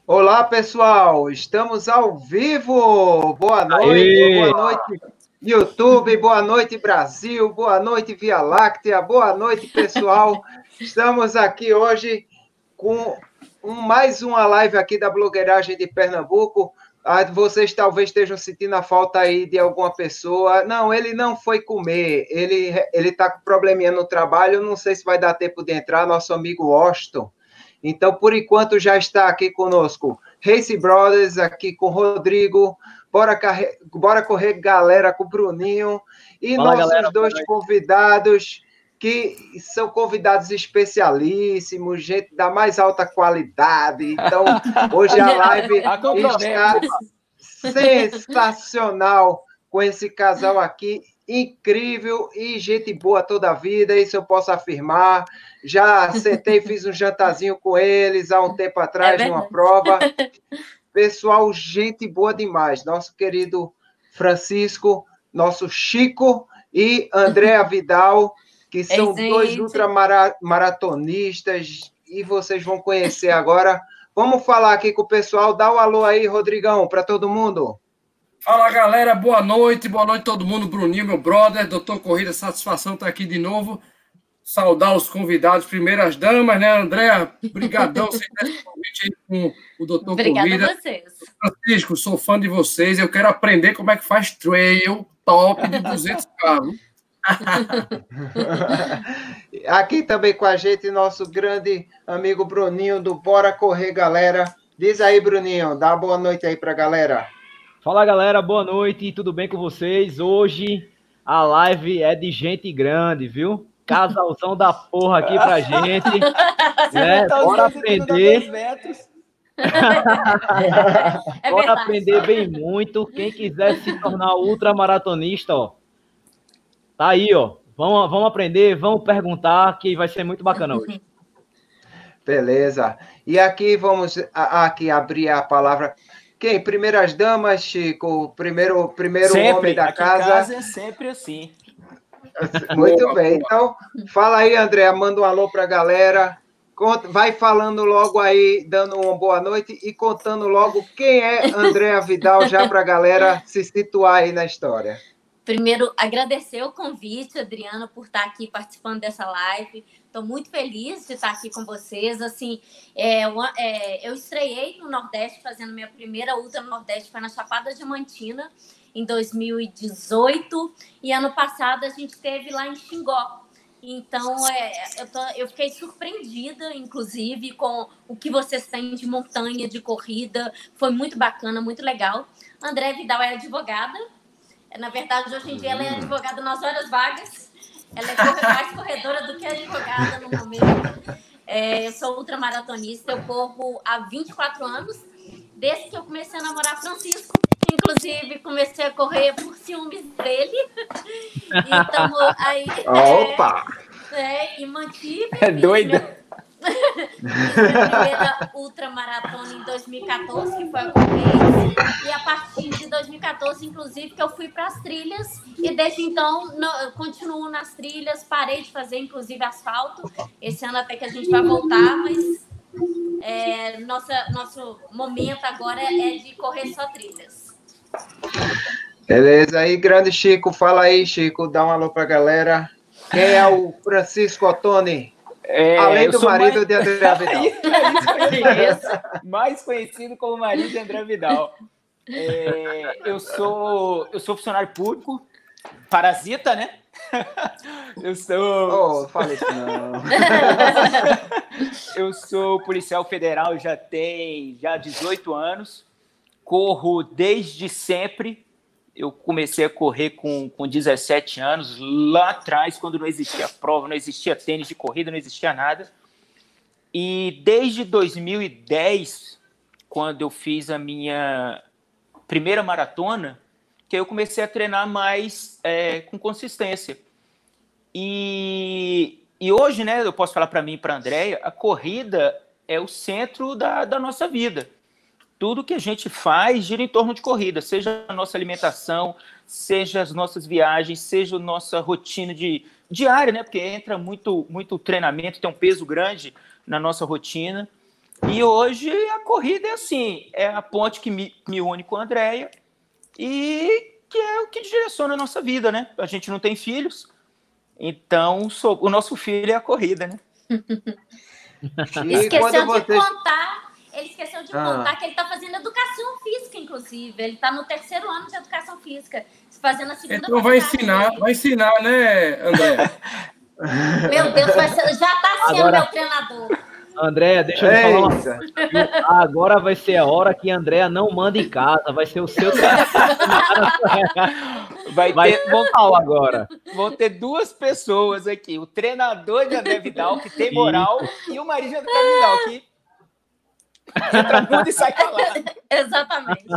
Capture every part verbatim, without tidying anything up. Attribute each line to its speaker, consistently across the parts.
Speaker 1: Olá, pessoal! Estamos ao vivo! Boa noite,
Speaker 2: Aê!
Speaker 1: boa noite, YouTube, boa noite, Brasil, boa noite, Via Láctea, boa noite, pessoal! Estamos aqui hoje com um, mais uma live aqui da Blogueiragem de Pernambuco. Ah, vocês talvez estejam sentindo a falta aí de alguma pessoa. Não, ele não foi comer, ele ele está com probleminha no trabalho, não sei se vai dar tempo de entrar, nosso amigo Washington. Então, por enquanto, já está aqui conosco Race Brothers, aqui com o Rodrigo, bora, carre... bora correr galera com o Bruninho, e
Speaker 2: Fala,
Speaker 1: nossos
Speaker 2: galera,
Speaker 1: dois convidados, que são convidados especialíssimos, gente da mais alta qualidade. Então, hoje a live está sensacional com esse casal aqui, incrível e gente boa toda a vida, isso eu posso afirmar. Já sentei, fiz um jantarzinho com eles há um tempo atrás,
Speaker 3: É
Speaker 1: numa prova. Pessoal, gente boa demais. Nosso querido Francisco, nosso Chico e Andréa Vidal, que são
Speaker 3: Ei,
Speaker 1: dois
Speaker 3: gente.
Speaker 1: ultramaratonistas, e vocês vão conhecer agora. Vamos falar aqui com o pessoal. Dá um alô aí, Rodrigão, para todo mundo.
Speaker 4: Fala, galera, boa noite, boa noite a todo mundo, Bruninho, meu brother, doutor Corrida, satisfação estar aqui de novo, saudar os convidados, primeiras damas, né, Andréa, brigadão, você tem esse convite aí com o doutor
Speaker 3: Obrigada
Speaker 4: Corrida.
Speaker 3: a vocês.
Speaker 4: Francisco, sou fã de vocês, eu quero aprender como é que faz trail top de duzentos quilos.
Speaker 1: Aqui também com a gente, nosso grande amigo Bruninho, do Bora Correr, galera. Diz aí, Bruninho, dá uma boa noite aí pra galera.
Speaker 2: Fala, galera, boa noite, tudo bem com vocês? Hoje a live é de gente grande, viu? Casalzão da porra aqui pra gente. Né? Bora aprender.
Speaker 3: É
Speaker 2: Bora
Speaker 3: verdade.
Speaker 2: aprender bem muito. Quem quiser se tornar ultramaratonista, ó, tá aí, ó. Vamos, vamos aprender, vamos perguntar, que vai ser muito bacana hoje.
Speaker 1: Beleza. E aqui vamos a- aqui abrir a palavra. Quem? Primeiras damas, Chico? Primeiro, primeiro
Speaker 5: Sempre,
Speaker 1: homem da
Speaker 5: aqui
Speaker 1: casa.
Speaker 5: em casa é sempre assim.
Speaker 1: Muito
Speaker 4: Boa,
Speaker 1: bem.
Speaker 4: boa.
Speaker 1: Então, fala aí, André. Manda um alô para a galera. Conta- Vai falando logo aí, dando uma boa noite e contando logo quem é Andréa Vidal, já para a galera se situar aí na história.
Speaker 3: Primeiro, agradecer o convite, Adriana, por estar aqui participando dessa live. Estou muito feliz de estar aqui com vocês. Assim, é, uma- é, eu estreiei no Nordeste, fazendo minha primeira ultra no Nordeste, foi na Chapada Diamantina, em dois mil e dezoito. E ano passado a gente esteve lá em Xingó. Então, é, eu, tô- eu fiquei surpreendida, inclusive, com o que vocês têm de montanha, de corrida. Foi muito bacana, muito legal. André Vidal é advogada. Na verdade, hoje em dia, ela é advogada nas horas vagas. Ela é corre- mais corredora do que advogada no momento. É, eu sou ultramaratonista, eu corro há vinte e quatro anos, desde que eu comecei a namorar Francisco. Inclusive, comecei a correr por ciúmes dele. E tamo aí.
Speaker 1: Opa!
Speaker 3: É, é, e mantive.
Speaker 5: É
Speaker 3: fiz
Speaker 5: doida.
Speaker 3: meu- Fiz minha primeira ultramaratona em dois mil e quatorze, que foi a Correios, e a partir de dois mil e quatorze, inclusive, que eu fui para as trilhas, e desde então no- eu continuo nas trilhas, parei de fazer, inclusive, asfalto, esse ano até que a gente vai voltar, mas é, nossa, nosso momento agora é de correr só trilhas.
Speaker 1: Beleza. Aí, grande Chico, fala aí, Chico, dá um alô para a galera. Quem é o Francisco Ottoni?
Speaker 5: É,
Speaker 1: Além
Speaker 5: eu
Speaker 1: do
Speaker 5: sou
Speaker 1: marido
Speaker 5: mais-
Speaker 1: de André Vidal.
Speaker 5: Isso, é isso que eu ia falar. Mais conhecido como marido de André Vidal. É, eu, sou, eu sou funcionário público, parasita, né? Eu sou,
Speaker 1: Oh, fala isso não.
Speaker 5: eu sou policial federal, já tem já dezoito anos, corro desde sempre. Eu comecei a correr com, com dezessete anos, lá atrás, quando não existia prova, não existia tênis de corrida, não existia nada. E desde dois mil e dez, quando eu fiz a minha primeira maratona, que eu comecei a treinar mais é, com consistência. E, e hoje, né, eu posso falar para mim e para a Andréia, a corrida é o centro da, da nossa vida. Tudo que a gente faz gira em torno de corrida, seja a nossa alimentação, seja as nossas viagens, seja a nossa rotina de, diária, né? Porque entra muito, muito treinamento, tem um peso grande na nossa rotina. E hoje a corrida é assim, é a ponte que me, me une com a Andréia e que é o que direciona a nossa vida, né? A gente não tem filhos, então sou, o nosso filho é a corrida, né?
Speaker 3: Esqueceu de vocês... contar, ele esqueceu de ah. contar que ele está fazendo educação física, inclusive. Ele está no terceiro ano de educação física, fazendo a segunda
Speaker 4: Então vai ensinar, dele. vai ensinar, né, André?
Speaker 3: Meu Deus, vai ser, já está sendo Agora... meu treinador.
Speaker 2: Andréia, deixa eu Ei, falar uma coisa. Agora vai ser a hora que a Andréia não manda em casa, vai ser o seu
Speaker 5: vai, vai ter vão falar agora. Vão ter duas pessoas aqui, o treinador de André Vidal, que tem moral, Isso. e o marido de André Vidal, que entra mundo e sai calado.
Speaker 3: Exatamente.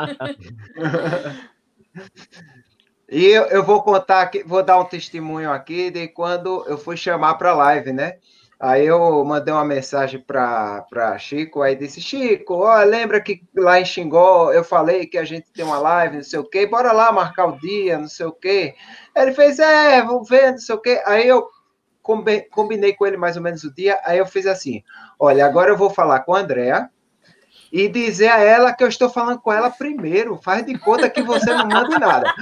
Speaker 1: E eu, eu vou contar aqui, vou dar um testemunho aqui de quando eu fui chamar para a live, né? Aí eu mandei uma mensagem para Chico, aí disse, Chico, ó, lembra que lá em Xingó eu falei que a gente tem uma live, não sei o quê, bora lá marcar o dia, não sei o quê. Ele fez, é, vou ver, não sei o quê. Aí eu combinei com ele mais ou menos o dia, aí eu fiz assim, olha, agora eu vou falar com a Andréa e dizer a ela que eu estou falando com ela primeiro, faz de conta que você não manda nada.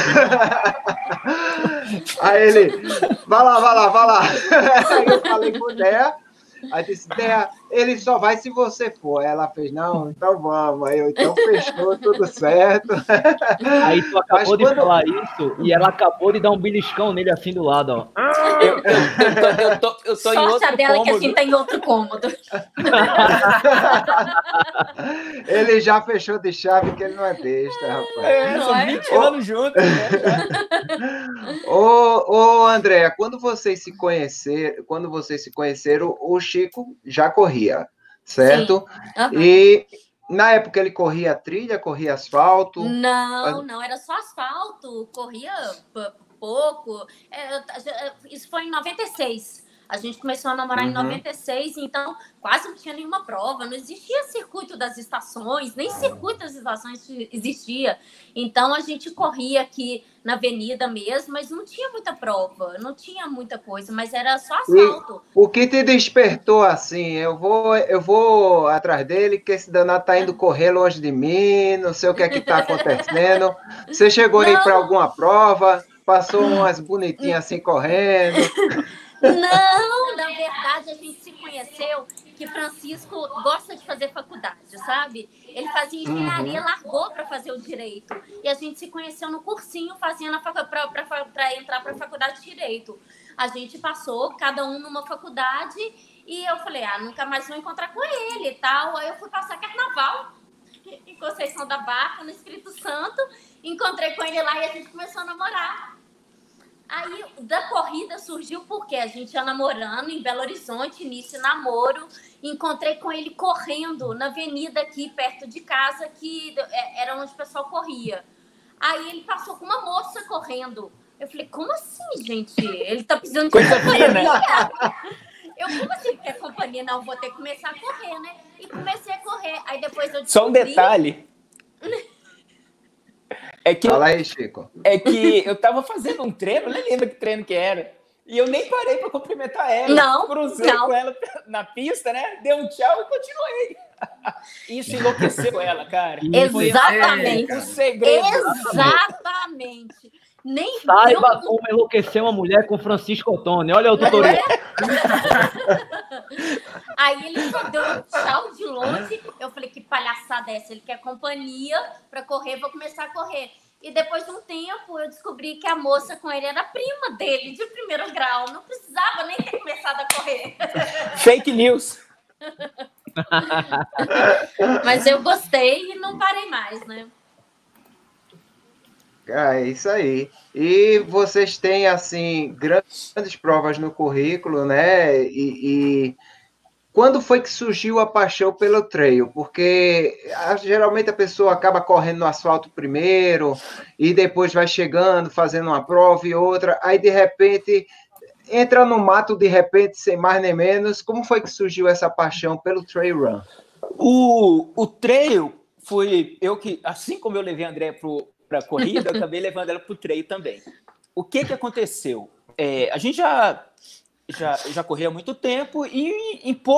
Speaker 1: Aí ele, vai lá, vai lá, vai lá. Aí eu falei com o Dea, aí disse, Dea, ele só vai se você for. Aí ela fez, não, então vamos. Aí eu, então fechou, tudo certo.
Speaker 2: Aí tu acabou Mas de quando... falar isso e ela acabou de dar um beliscão nele assim do lado, ó.
Speaker 5: Eu, eu, eu, tô, eu, tô, eu tô
Speaker 3: Sorte
Speaker 5: em outro
Speaker 3: dela
Speaker 5: cômodo.
Speaker 3: que assim tá em outro cômodo.
Speaker 1: Ele já fechou de chave que ele não é besta, rapaz.
Speaker 5: É, são é? vinte anos juntos, né?
Speaker 1: Ô, ô, Andréa, quando vocês se conheceram, quando vocês se conheceram, o Chico já corria, certo? Uhum. E na época ele corria trilha, corria asfalto?
Speaker 3: Não, não, era só asfalto, corria pouco. É, isso foi em noventa e seis. A gente começou a namorar uhum. em noventa e seis, então quase não tinha nenhuma prova, não existia circuito das estações, nem circuito das estações existia. Então a gente corria aqui na avenida mesmo, mas não tinha muita prova, não tinha muita coisa, mas era só asfalto.
Speaker 1: E o que te despertou assim? Eu vou, eu vou atrás dele, que esse danado tá indo correr longe de mim, não sei o que é que tá acontecendo. Você chegou não. aí para alguma prova, passou umas bonitinhas assim correndo.
Speaker 3: Não, na verdade a gente se conheceu que Francisco gosta de fazer faculdade, sabe? Ele fazia engenharia, uhum. largou para fazer o direito. E a gente se conheceu no cursinho fazendo para entrar para a faculdade de direito. A gente passou, cada um numa faculdade, e eu falei, ah, nunca mais vou encontrar com ele e tal. Aí eu fui passar carnaval em Conceição da Barca, no Espírito Santo, encontrei com ele lá e a gente começou a namorar. Aí, da corrida surgiu porque a gente ia namorando em Belo Horizonte, início namoro, encontrei com ele correndo na avenida aqui, perto de casa, que era onde o pessoal corria. Aí ele passou com uma moça correndo. Eu falei, como assim, gente? Ele tá precisando de
Speaker 5: coisa
Speaker 3: companhia. Eu, como assim, quer companhia? Não, vou ter que começar a correr, né? E comecei a correr. Aí depois eu descobri...
Speaker 5: Só um detalhe... É que,
Speaker 1: Fala aí, Chico.
Speaker 5: É que eu tava fazendo um treino, nem lembro que treino que era. E eu nem parei para cumprimentar ela.
Speaker 3: Não,
Speaker 5: Cruzei
Speaker 3: não.
Speaker 5: com ela na pista, né? Dei um tchau e continuei. Isso enlouqueceu ela, cara.
Speaker 3: Exatamente.
Speaker 5: Foi o segredo.
Speaker 3: Exatamente. Nem
Speaker 2: Saiba
Speaker 3: deu...
Speaker 2: como enlouquecer uma mulher com Francisco Ottoni. Olha o tutorial.
Speaker 3: Aí ele só deu um tchau de longe. Eu falei, que palhaçada é essa? Ele quer companhia para correr, vou começar a correr. E depois de um tempo, eu descobri que a moça com ele era prima dele, de primeiro grau. Não precisava nem ter começado a correr.
Speaker 5: Fake news.
Speaker 3: Mas eu gostei e não parei mais, né?
Speaker 1: É isso aí. E vocês têm, assim, grandes provas no currículo, né? E, e quando foi que surgiu a paixão pelo trail? Porque geralmente a pessoa acaba correndo no asfalto primeiro e depois vai chegando, fazendo uma prova e outra, aí de repente entra no mato de repente, sem mais nem menos. Como foi que surgiu essa paixão pelo trail run?
Speaker 5: O, o trail foi eu que, assim como eu levei a André pro para a corrida, eu acabei levando ela para o trail também. O que que aconteceu? É, a gente já, já, já corria há muito tempo e em pouco,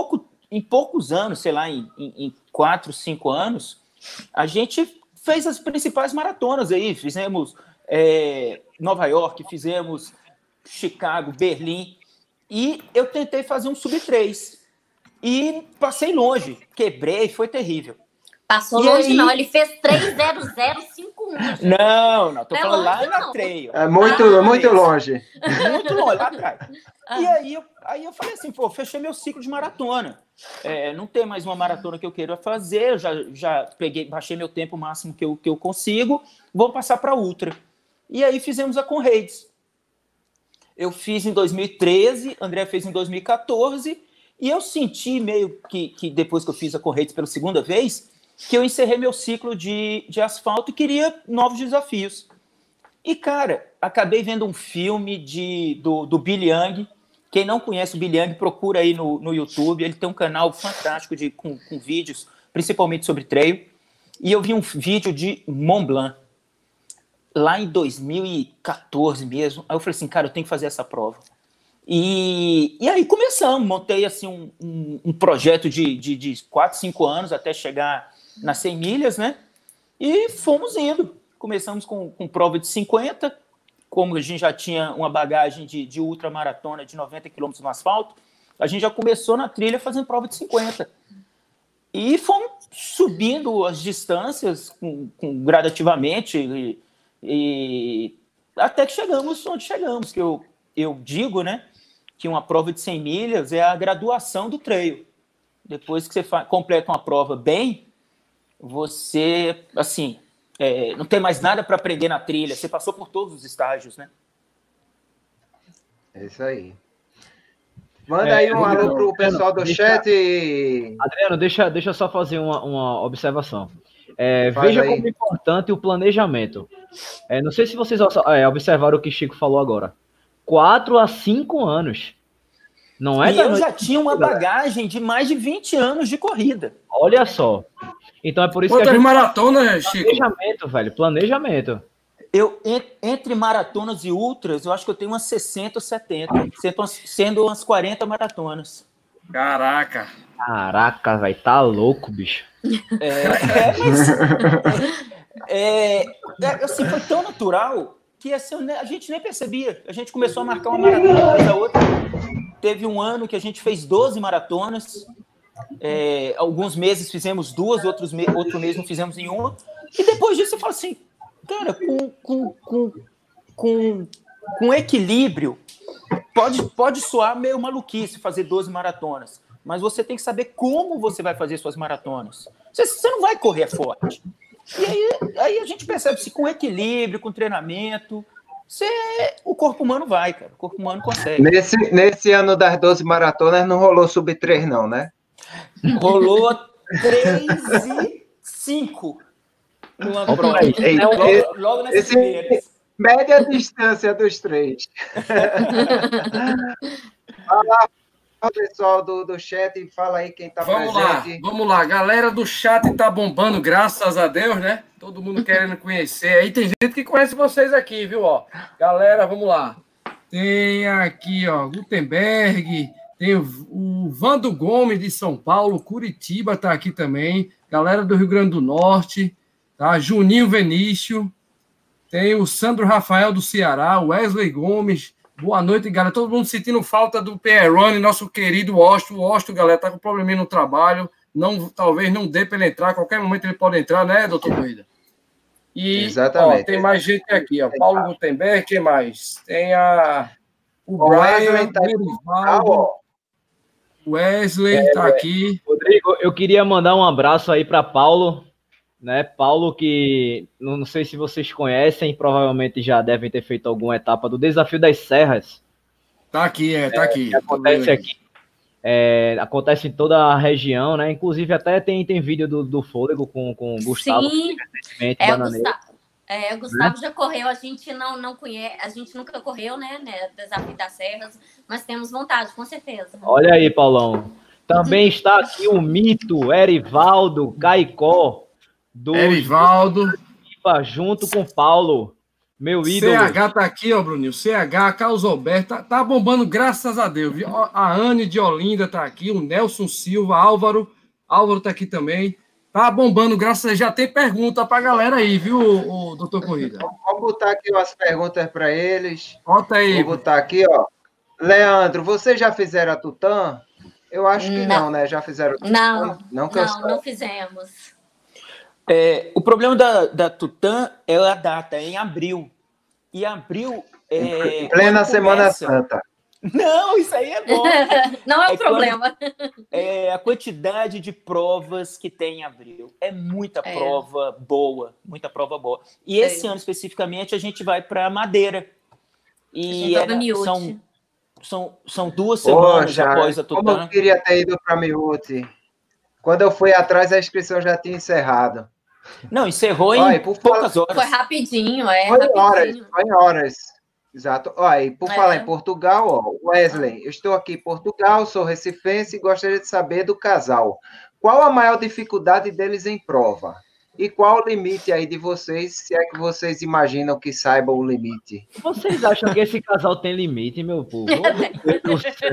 Speaker 5: em poucos anos, sei lá, em, em, em quatro, cinco anos, a gente fez as principais maratonas aí. Fizemos é, Nova York, fizemos Chicago, Berlim, e eu tentei fazer um sub três. E passei longe, quebrei, foi terrível.
Speaker 3: Passou
Speaker 5: e
Speaker 3: longe,
Speaker 5: aí...
Speaker 3: não, ele fez três zero zero cinco um.
Speaker 5: Não, não, tô
Speaker 3: não
Speaker 5: falando
Speaker 3: é
Speaker 5: lá
Speaker 3: longe,
Speaker 5: na
Speaker 3: não.
Speaker 5: trail.
Speaker 1: É muito,
Speaker 3: Ah,
Speaker 1: muito longe.
Speaker 5: Muito longe, lá atrás.
Speaker 3: Ah.
Speaker 5: E aí eu, aí eu falei assim, pô, fechei meu ciclo de maratona. É, não tem mais uma maratona que eu queira fazer, eu já, já peguei, baixei meu tempo máximo que eu, que eu consigo, vou passar para ultra. E aí fizemos a Conrads. Eu fiz em dois mil e treze, André fez em dois mil e quatorze, e eu senti meio que, que depois que eu fiz a Conrads pela segunda vez, que eu encerrei meu ciclo de, de asfalto e queria novos desafios. E, cara, acabei vendo um filme de, do, do Billy Young. Quem não conhece o Billy Young, procura aí no, no YouTube. Ele tem um canal fantástico de, com, com vídeos, principalmente sobre trail. E eu vi um vídeo de Mont Blanc, lá em dois mil e quatorze mesmo. Aí eu falei assim, cara, eu tenho que fazer essa prova. E, e aí começamos, montei assim, um, um, um projeto de, de, de quatro, cinco anos até chegar nas cem milhas, né? E fomos indo. Começamos com, com prova de cinquenta, como a gente já tinha uma bagagem de, de ultramaratona de noventa quilômetros no asfalto, a gente já começou na trilha fazendo prova de cinquenta. E fomos subindo as distâncias com, com, gradativamente e, e até que chegamos onde chegamos, que eu, eu digo, né, que uma prova de cem milhas é a graduação do trail. Depois que você completa uma prova bem, você, assim, é, não tem mais nada para aprender na trilha. Você passou por todos os estágios, né?
Speaker 1: É isso aí. Manda
Speaker 2: É,
Speaker 1: aí um
Speaker 2: Adriano,
Speaker 1: alô pro pessoal do
Speaker 2: deixa,
Speaker 1: chat. E...
Speaker 2: Adriano, deixa, deixa eu só fazer uma, uma observação. É,
Speaker 1: Faz
Speaker 2: veja
Speaker 1: aí.
Speaker 2: como é importante o planejamento. É, não sei se vocês é, observaram o que Chico falou agora. Quatro a cinco anos. Não é
Speaker 5: e
Speaker 2: da
Speaker 5: eu
Speaker 2: noite
Speaker 5: já tinha uma bagagem de mais de vinte anos de corrida.
Speaker 2: Olha só. Então é por isso
Speaker 4: Quantas
Speaker 2: que a gente...
Speaker 4: maratonas, Chico?
Speaker 2: Planejamento, velho. Planejamento.
Speaker 5: Eu, entre maratonas e ultras, eu acho que eu tenho umas sessenta ou setenta, sendo umas quarenta maratonas.
Speaker 4: Caraca.
Speaker 2: Caraca, velho. Tá louco, bicho.
Speaker 5: É, é mas... É, é, assim, foi tão natural que assim, a gente nem percebia. A gente começou a marcar uma maratona atrás da outra. Teve um ano que a gente fez doze maratonas. É, alguns meses fizemos duas, outros me outro mês não fizemos nenhuma. E depois disso você fala assim, cara, com, com, com, com, com equilíbrio, pode, pode soar meio maluquice fazer doze maratonas, mas você tem que saber como você vai fazer suas maratonas. Você, você não vai correr forte. E aí, aí a gente percebe se com equilíbrio, com treinamento, você, o corpo humano vai, cara. O corpo humano consegue.
Speaker 1: Nesse, nesse ano das doze maratonas não rolou sub três, não, né?
Speaker 5: Rolou três e cinco no ano
Speaker 2: Opa,
Speaker 5: próximo.
Speaker 2: aí.
Speaker 5: Logo,
Speaker 1: Esse-
Speaker 5: logo nas
Speaker 1: esse-
Speaker 5: primeiras.
Speaker 1: Média distância dos três. Fala, pessoal do, do chat, fala aí quem tá
Speaker 4: Vamos lá,
Speaker 1: presente.
Speaker 4: vamos lá. Galera do chat tá bombando, graças a Deus, né? Todo mundo querendo conhecer. Aí tem gente que conhece vocês aqui, viu? Ó, galera, vamos lá. Tem aqui, ó, Gutenberg, tem o, o Vando Gomes de São Paulo, Curitiba tá aqui também. Galera do Rio Grande do Norte, tá? Juninho Venício. Tem o Sandro Rafael do Ceará, Wesley Gomes. Boa noite, galera. Todo mundo sentindo falta do P R Run, nosso querido Osto. O Osto, galera, tá com probleminha no trabalho. Não, talvez não dê para ele entrar. A qualquer momento ele pode entrar, né, doutor Corrida? E,
Speaker 1: Exatamente.
Speaker 4: ó, tem mais gente aqui, ó. Paulo Gutenberg, quem mais? Tem a... O
Speaker 1: O
Speaker 4: Brian,
Speaker 1: Wesley tá
Speaker 4: o
Speaker 1: aqui.
Speaker 4: Erivaldo,
Speaker 1: ó.
Speaker 4: Wesley tá aqui.
Speaker 2: Rodrigo, eu queria mandar um abraço aí para Paulo, né? Paulo, que não, não sei se vocês conhecem, provavelmente já devem ter feito alguma etapa do Desafio das Serras.
Speaker 4: Tá aqui, é, tá aqui.
Speaker 2: Que acontece aqui. É, acontece em toda a região, né? Inclusive até tem, tem vídeo do, do Fôlego com, com o Gustavo.
Speaker 3: Sim,
Speaker 2: recentemente,
Speaker 3: é, o
Speaker 2: Bananeiro.
Speaker 3: Gustavo, é, o Gustavo já correu, a gente não, não conhece, a gente nunca correu, né, né, Desafio das Serras, mas temos vontade, com certeza.
Speaker 2: Olha aí, Paulão. Também está aqui o mito Erivaldo Caicó, do
Speaker 4: Erivaldo.
Speaker 2: Jupa, junto com Paulo. Meu ídolo.
Speaker 4: C H tá aqui, ó, Bruninho. C H, Carlos Alberto, tá, tá bombando, graças a Deus. Viu? A Anne de Olinda tá aqui, o Nelson Silva, Álvaro. Álvaro tá aqui também. Tá bombando, graças a Deus. Já tem pergunta pra galera aí, viu, o, o doutor Corrida?
Speaker 1: Vamos botar aqui umas perguntas para eles.
Speaker 4: Bota aí.
Speaker 1: Vou botar aqui, ó. Leandro, vocês já fizeram a Tutã? Eu acho que não,
Speaker 3: Não.
Speaker 1: né? Já fizeram a Tutã?
Speaker 3: Não,
Speaker 1: Não,
Speaker 3: não, não fizemos.
Speaker 5: É, o problema da, da Tutã é a data, é em abril. E abril é.
Speaker 1: Em plena
Speaker 5: quando
Speaker 1: Semana
Speaker 5: começa-
Speaker 1: Santa.
Speaker 5: Não, isso aí é bom.
Speaker 3: Não é o
Speaker 5: É quando-
Speaker 3: problema.
Speaker 5: É a quantidade de provas que tem em abril. É muita
Speaker 3: É.
Speaker 5: prova boa, muita prova boa. E esse
Speaker 3: É.
Speaker 5: ano especificamente a gente vai para Madeira.
Speaker 3: A gente
Speaker 5: E
Speaker 3: vai
Speaker 5: é-
Speaker 3: pra Miúde.
Speaker 5: são, são, são duas semanas
Speaker 1: Poxa,
Speaker 5: após a
Speaker 1: como eu
Speaker 5: Tutã.
Speaker 1: queria ter ido para Miúde. Quando eu fui atrás, a inscrição já tinha encerrado.
Speaker 5: Não, encerrou em
Speaker 1: Olha, por
Speaker 5: poucas
Speaker 3: Foi
Speaker 5: horas.
Speaker 3: rapidinho, é
Speaker 1: Foi em horas,
Speaker 3: rapidinho.
Speaker 1: foi em horas. Exato. Olha, e por
Speaker 3: É.
Speaker 1: falar em Portugal, ó, Wesley, eu estou aqui em Portugal, sou recifense e gostaria de saber do casal. Qual a maior dificuldade deles em prova? E qual o limite aí de vocês, se é que vocês imaginam que saibam o limite?
Speaker 2: Vocês acham que esse casal tem limite, meu povo? Meu Deus do céu.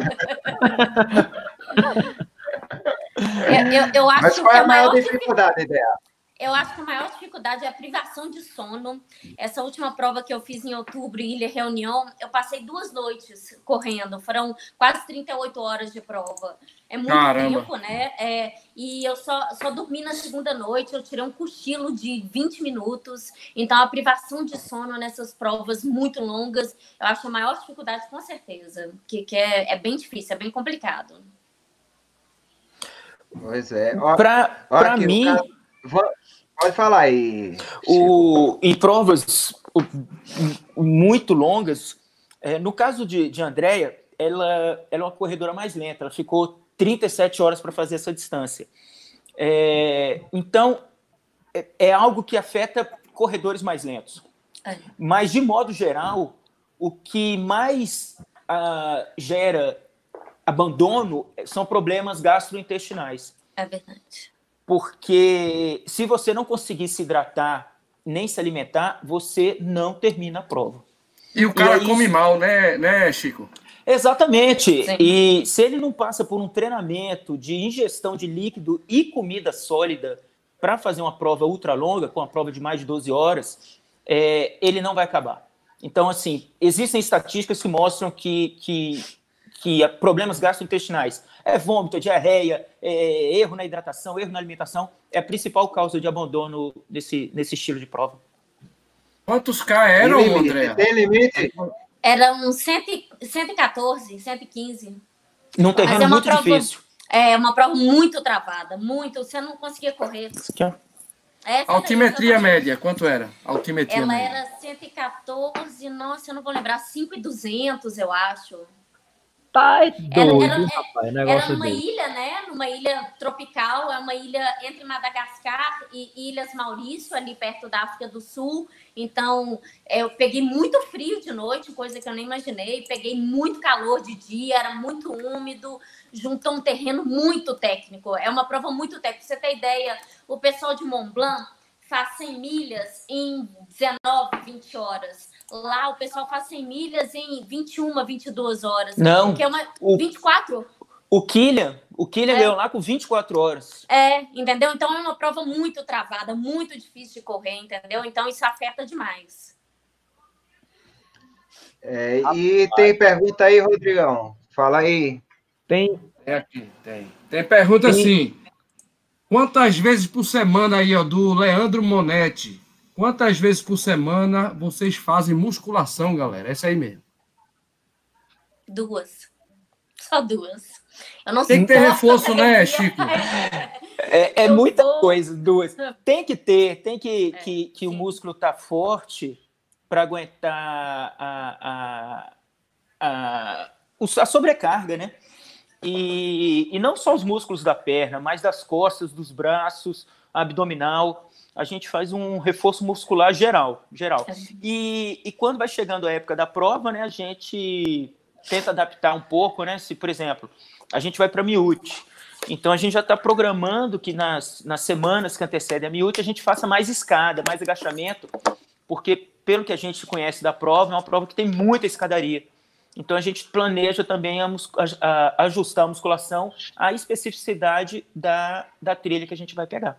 Speaker 3: Eu, eu, eu acho
Speaker 1: Mas
Speaker 3: que
Speaker 1: qual é
Speaker 3: a
Speaker 1: a maior
Speaker 3: maior
Speaker 1: dificuldade dela?
Speaker 3: Eu acho que a maior dificuldade é a privação de sono. Essa última prova que eu fiz em outubro, Ilha Reunião, eu passei duas noites correndo. Foram quase trinta e oito horas de prova. É muito
Speaker 4: Caramba.
Speaker 3: tempo, né? É, e eu só, só dormi na segunda noite. Eu tirei um cochilo de vinte minutos. Então, a privação de sono nessas provas muito longas, eu acho a maior dificuldade, com certeza. Que, que é, é bem difícil, é bem complicado.
Speaker 1: Pois é. Ó,
Speaker 5: Para
Speaker 1: ó, aqui, o
Speaker 5: mim,
Speaker 1: cara- Va- Pode falar aí.
Speaker 5: o, em provas o, muito longas, é, no caso de, de Andréia, ela, ela é uma corredora mais lenta, ela ficou trinta e sete horas para fazer essa distância. É, então, é, é algo que afeta corredores mais lentos.
Speaker 3: É.
Speaker 5: Mas, de modo geral, o que mais ah, gera abandono são problemas gastrointestinais.
Speaker 3: É verdade.
Speaker 5: Porque se você não conseguir se hidratar nem se alimentar, você não termina a prova.
Speaker 4: E o cara
Speaker 5: E aí-
Speaker 4: come mal, né, né, Chico?
Speaker 5: Exatamente.
Speaker 3: Sim.
Speaker 5: E se ele não passa por um treinamento de ingestão de líquido e comida sólida para fazer uma prova ultra longa, com uma prova de mais de doze horas, é, ele não vai acabar. Então, assim, existem estatísticas que mostram que, que, que problemas gastrointestinais, é vômito, é diarreia, é erro na hidratação, erro na alimentação, é a principal causa de abandono nesse, nesse estilo de prova.
Speaker 4: Quantos K eram,
Speaker 1: Tem limite?
Speaker 4: André?
Speaker 1: Tem limite?
Speaker 3: Era um cento e quatorze, cento e quinze.
Speaker 5: Num terreno
Speaker 3: é uma
Speaker 5: muito
Speaker 3: prova-
Speaker 5: difícil.
Speaker 3: É uma prova muito travada, muito. Você não conseguia correr.
Speaker 5: Isso aqui, ó.
Speaker 3: Essa
Speaker 4: Altimetria
Speaker 3: daí,
Speaker 4: média, quanto era? Altimetria
Speaker 3: Ela
Speaker 4: média.
Speaker 3: era cento e quatorze, nossa, eu não vou lembrar, cinco mil e duzentos, eu acho.
Speaker 2: Tá é doido,
Speaker 3: era-
Speaker 2: rapaz,
Speaker 3: Era
Speaker 2: negócio
Speaker 3: numa
Speaker 2: dele.
Speaker 3: ilha, né? Numa ilha tropical, é uma ilha entre Madagascar e Ilhas Maurício, ali perto da África do Sul. Então, eu peguei muito frio de noite, coisa que eu nem imaginei. Peguei muito calor de dia, era muito úmido, juntou um terreno muito técnico. É uma prova muito técnica. Pra você ter ideia, o pessoal de Mont Blanc faz cem milhas em dezenove, vinte horas. Lá o pessoal faz cem milhas em vinte e uma, vinte e duas horas.
Speaker 5: Não,
Speaker 3: Que é uma...
Speaker 5: o-
Speaker 3: vinte e quatro?
Speaker 5: O Killian, o Killian
Speaker 3: É.
Speaker 5: ganhou lá com vinte e quatro horas.
Speaker 3: É, entendeu? Então é uma prova muito travada, muito difícil de correr, entendeu? Então isso afeta demais.
Speaker 1: É, e tem pergunta aí, Rodrigão? Fala aí.
Speaker 2: Tem,
Speaker 4: Tem aqui, tem. Tem pergunta assim. Quantas vezes por semana aí, ó, do Leandro Monetti? Quantas vezes por semana vocês fazem musculação, galera? Essa aí mesmo.
Speaker 3: Duas. Só duas. Eu não
Speaker 4: Tem que ter
Speaker 3: suporto
Speaker 4: reforço, né,
Speaker 3: academia.
Speaker 4: Chico?
Speaker 5: É, é
Speaker 3: Eu
Speaker 5: muita
Speaker 3: vou-
Speaker 5: coisa, duas. Tem que ter, tem que,
Speaker 3: É,
Speaker 5: que, que o
Speaker 3: sim.
Speaker 5: músculo tá forte para aguentar a, a, a, o- a sobrecarga, né? E, e não só os músculos da perna, mas das costas, dos braços, abdominal. A gente faz um reforço muscular geral, geral. E, e quando vai chegando a época da prova, né, a gente tenta adaptar um pouco, né? Se, por exemplo, a gente vai para a Miúde, então a gente já está programando que nas, nas semanas que antecedem a Miúde a gente faça mais escada, mais agachamento, porque pelo que a gente conhece da prova, é uma prova que tem muita escadaria. Então, a gente planeja também a, a, a ajustar a musculação à especificidade da, da trilha que a gente vai pegar.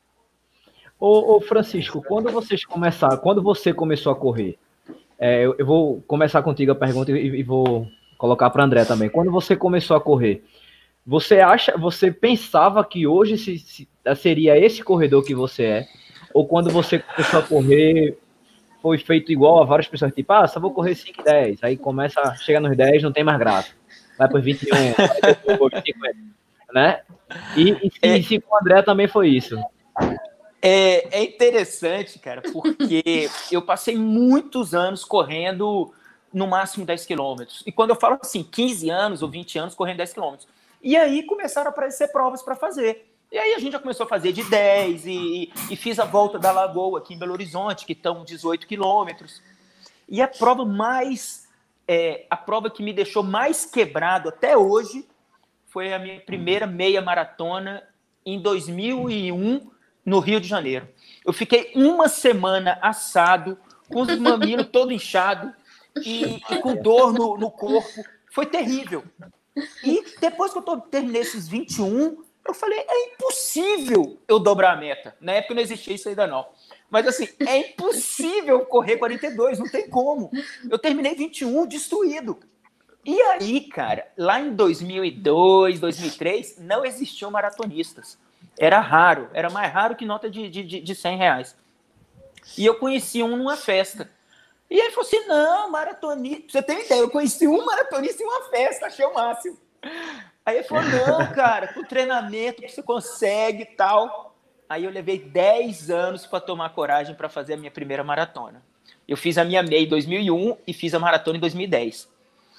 Speaker 2: Ô, ô Francisco, quando vocês começaram, quando você começou a correr, é, eu, eu vou começar contigo a pergunta e, e vou colocar para André também. Quando você começou a correr, você acha, você pensava que hoje se, se, seria esse corredor que você é? Ou quando você começou a correr, foi feito igual a várias pessoas, tipo, ah, só vou correr cinco e dez, aí começa, chega nos dez, não tem mais graça, vai para vinte e um, vai para cinquenta, né? E, e, é, e se com o André também foi isso?
Speaker 5: É, é interessante, cara, porque eu passei muitos anos correndo no máximo dez quilômetros, e quando eu falo assim, quinze anos ou vinte anos correndo dez quilômetros, e aí começaram a aparecer provas para fazer. E aí a gente já começou a fazer de dez e, e fiz a volta da Lagoa aqui em Belo Horizonte, que estão dezoito quilômetros. E a prova mais, é, a prova que me deixou mais quebrado até hoje foi a minha primeira meia maratona em dois mil e um, no Rio de Janeiro. Eu fiquei uma semana assado, com os mamilos todo inchado e, e com dor no, no corpo. Foi terrível. E depois que eu terminei esses vinte e um, eu falei, é impossível eu dobrar a meta. Na época não existia isso ainda não. Mas assim, é impossível correr quarenta e dois, não tem como. Eu terminei vinte e um destruído. E aí, cara, lá em dois mil e dois, dois mil e três, não existiam maratonistas. Era raro, era mais raro que nota de, de, de cem reais. E eu conheci um numa festa. E aí ele falou assim, não, maratonista... Pra você ter uma ideia, eu conheci um maratonista em uma festa, achei o máximo. Aí ele falou, não, cara, com treinamento você consegue e tal. Aí eu levei dez anos para tomar coragem para fazer a minha primeira maratona. Eu fiz a minha meia em dois mil e um e fiz a maratona em dois mil e dez.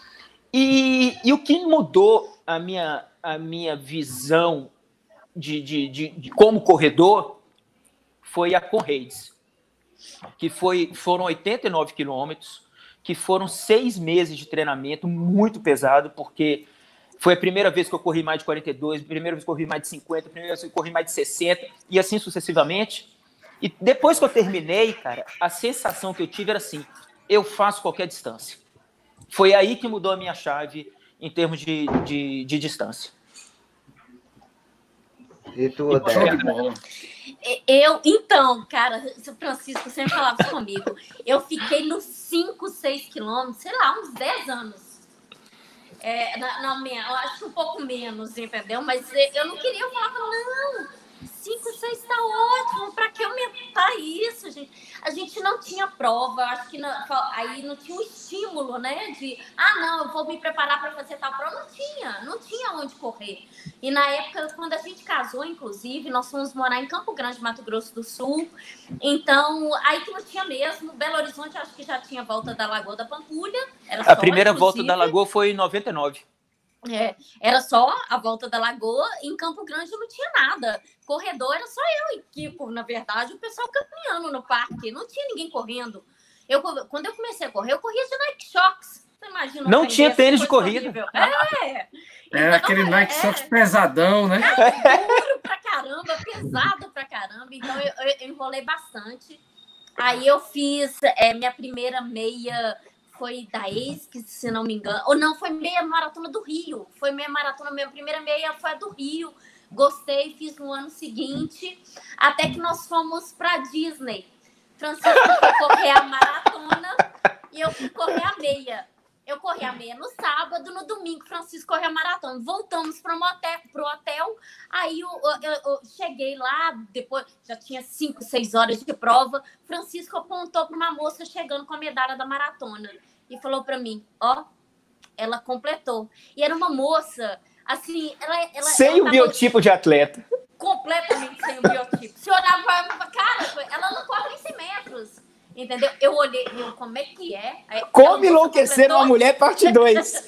Speaker 5: E, e o que mudou a minha, a minha visão de, de, de, de como corredor foi a Conrads, que foi, foram oitenta e nove quilômetros, que foram seis meses de treinamento muito pesado, porque... Foi a primeira vez que eu corri mais de quarenta e dois, a primeira vez que eu corri mais de cinquenta, a primeira vez que eu corri mais de sessenta, e assim sucessivamente. E depois que eu terminei, cara, a sensação que eu tive era assim, eu faço qualquer distância. Foi aí que mudou a minha chave em termos de, de, de distância.
Speaker 1: E tu, Odete?
Speaker 3: Eu, então, cara, o Francisco sempre falava isso comigo. Eu fiquei nos cinco, seis quilômetros, sei lá, uns dez anos. É, não, eu acho que um pouco menos, entendeu? Mas eu não queria, eu falava, não, cinco, seis tá ótimo, pra que aumentar isso, gente? A gente não tinha prova, acho que não, aí não tinha um estímulo, né? De, ah, não, eu vou me preparar para fazer tal prova. Não tinha, não tinha onde correr. E na época, quando a gente casou, inclusive, nós fomos morar em Campo Grande, Mato Grosso do Sul. Então, aí que não tinha mesmo. Belo Horizonte, acho que já tinha volta da Lagoa da Pampulha. Era só,
Speaker 5: a primeira
Speaker 3: inclusive.
Speaker 5: volta da Lagoa foi em noventa e nove.
Speaker 3: É, era só a volta da Lagoa. Em Campo Grande não tinha nada. Corredor era só eu e Kiko, na verdade, o pessoal caminhando no parque. Não tinha ninguém correndo. Eu, quando eu comecei a correr, eu corria de Nike Shox. Você imagina?
Speaker 5: Não tinha tênis de corrida.
Speaker 3: Horrível. É.
Speaker 4: Era então, aquele Nike é, Shox pesadão, né?
Speaker 3: É duro pra caramba, pesado pra caramba. Então eu, eu, eu enrolei bastante. Aí eu fiz é, minha primeira meia. Foi da ex, que se não me engano. Ou não, foi meia maratona do Rio. Foi meia maratona, minha primeira meia foi a do Rio. Gostei, fiz no ano seguinte. Até que nós fomos para Disney. Francisco foi correr a maratona e eu fui correr a meia. Eu corri a meia no sábado, no domingo, Francisco correu a maratona. Voltamos para o hotel, pro hotel. Aí eu, eu, eu cheguei lá, depois já tinha cinco, seis horas de prova. Francisco apontou para uma moça chegando com a medalha da maratona e falou para mim, ó, ela completou. E era uma moça, assim, ela... ela
Speaker 5: sem ela o biotipo de atleta.
Speaker 3: Completamente sem o biotipo. Se olhava para ela, cara, ela não corre nem cem metros. Entendeu? Eu olhei, eu, como é que é? Aí,
Speaker 5: como enlouquecer completou... uma mulher, parte dois.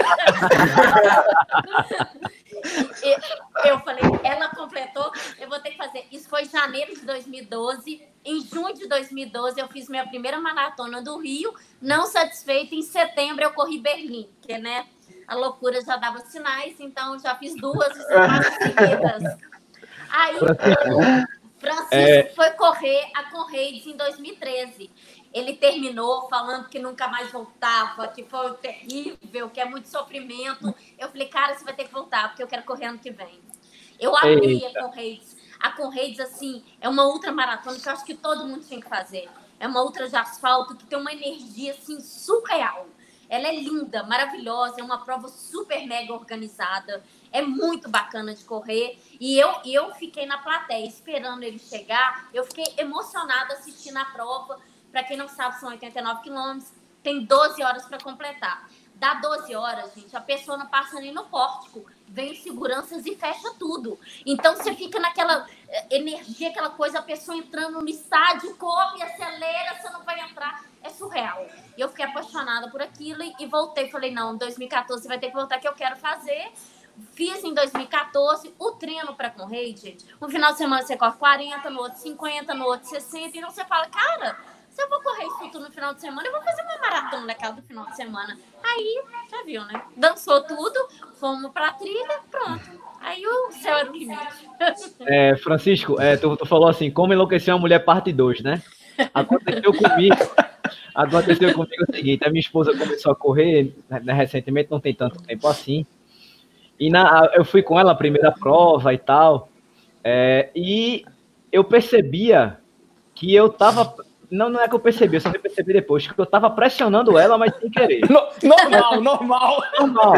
Speaker 3: eu falei, ela completou, eu vou ter que fazer. Isso foi em janeiro de dois mil e doze. Em junho de dois mil e doze, eu fiz minha primeira maratona do Rio. Não satisfeita, em setembro eu corri Berlim, porque, né, a loucura já dava sinais, então já fiz duas seguidas. Aí... Francisco é... foi correr a Conrads em dois mil e treze. Ele terminou falando que nunca mais voltava, que foi terrível, que é muito sofrimento. Eu falei, cara, você vai ter que voltar, porque eu quero correr ano que vem. Eu amei a Conrads. A Conrads, assim, é uma ultramaratona que eu acho que todo mundo tinha que fazer. É uma ultra de asfalto que tem uma energia, assim, surreal. Ela é linda, maravilhosa, é uma prova super mega organizada. É muito bacana de correr. E eu, eu fiquei na plateia esperando ele chegar. Eu fiquei emocionada assistindo a prova. Para quem não sabe, são oitenta e nove quilômetros. Tem doze horas para completar. Dá doze horas, gente, a pessoa não passa nem no pórtico. Vem os seguranças e fecha tudo. Então, você fica naquela energia, aquela coisa, a pessoa entrando no estádio, corre, acelera, você não vai entrar. É surreal. E eu fiquei apaixonada por aquilo e, e voltei. Falei, não, em dois mil e quatorze vai ter que voltar, que eu quero fazer. Fiz em dois mil e quatorze o treino para correr, gente. Um final de semana você corre quarenta, no outro cinquenta, no outro sessenta. Então, você fala, cara... Se eu vou correr isso tudo no final de semana, eu vou fazer uma maratona daquela do final de semana. Aí, já viu, né? Dançou tudo, fomos pra trilha, pronto. Aí o céu era o limite.
Speaker 2: É, Francisco, é, tu, tu falou assim, como enlouquecer uma mulher parte dois, né? Aconteceu comigo, aconteceu comigo o seguinte, a minha esposa começou a correr, né, recentemente, não tem tanto tempo assim, e na, eu fui com ela a primeira prova e tal, é, e eu percebia que eu tava... Não, não é que eu percebi, eu só fui perceber depois, que eu tava pressionando ela, mas sem querer.
Speaker 5: Normal, normal.
Speaker 2: Normal.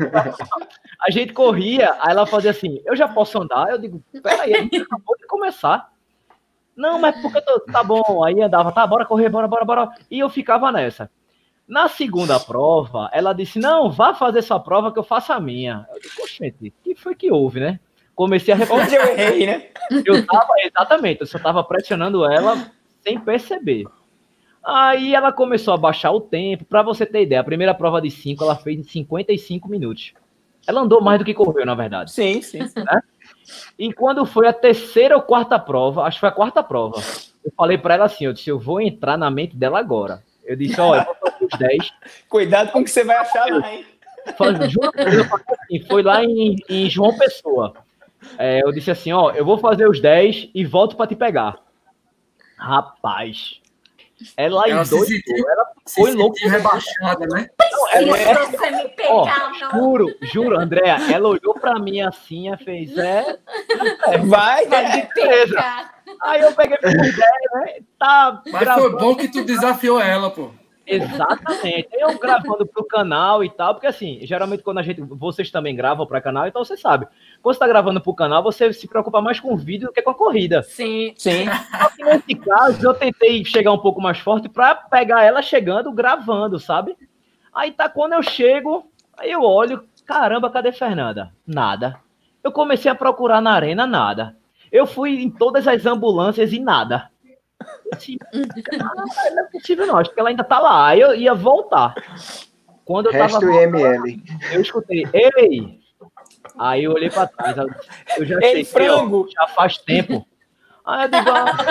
Speaker 2: A gente corria, aí ela fazia assim, eu já posso andar? Eu digo, peraí, a gente acabou de começar. Não, mas porque eu tô... Tá bom, aí andava, tá, bora correr, bora, bora, bora. E eu ficava nessa. Na segunda prova, ela disse, não, vá fazer sua prova que eu faço a minha. Eu digo, gente, o que foi que houve, né? Comecei a refletir.
Speaker 5: Onde eu errei, né?
Speaker 2: Eu tava, exatamente, eu só tava pressionando ela... sem perceber. Aí ela começou a baixar o tempo. Para você ter ideia, a primeira prova de cinco ela fez em cinquenta e cinco minutos. Ela andou mais do que correu, na verdade.
Speaker 5: Sim, sim. sim.
Speaker 2: Né? E quando foi a terceira ou quarta prova, acho que foi a quarta prova, eu falei para ela assim, eu disse, eu vou entrar na mente dela agora. Eu disse, olha, eu vou fazer os dez.
Speaker 5: Cuidado com o que você vai achar lá, hein?
Speaker 2: Falei, juro, eu falei assim, foi lá em, em João Pessoa. É, eu disse assim, ó, eu vou fazer os dez e volto para te pegar. Rapaz, ela, ela endoidou, se sentiu, ela ficou enlouquecida,
Speaker 4: rebaixada, né?
Speaker 3: Não ela é... você me pegar,
Speaker 2: ó,
Speaker 3: não.
Speaker 2: Juro, juro, Andréa, ela olhou pra mim assim, fez, é, é
Speaker 5: vai,
Speaker 3: vai me pegar.
Speaker 2: Aí eu peguei por ideia, né? Tá.
Speaker 4: Mas gravando. Foi bom que tu desafiou ela, pô.
Speaker 2: Exatamente. Eu gravando pro canal e tal, porque assim, geralmente quando a gente, vocês também gravam para canal, então você sabe, quando você tá gravando pro canal, você se preocupa mais com o vídeo do que com a corrida.
Speaker 3: Sim.
Speaker 2: Sim. Só que nesse caso, eu tentei chegar um pouco mais forte para pegar ela chegando, gravando, sabe? Aí tá quando eu chego, aí eu olho, caramba, cadê Fernanda? Nada. Eu comecei a procurar na arena, nada. Eu fui em todas as ambulâncias e nada. Assim, ah, não é possível não, acho que ela ainda tá lá. Aí eu ia voltar. Quando eu
Speaker 1: Resto
Speaker 2: tava
Speaker 1: voltando, M L.
Speaker 2: eu escutei, ei! Aí eu olhei pra trás, eu já
Speaker 5: ei,
Speaker 2: sei,
Speaker 5: frango!
Speaker 2: Ó, já faz tempo. Aí eu digo,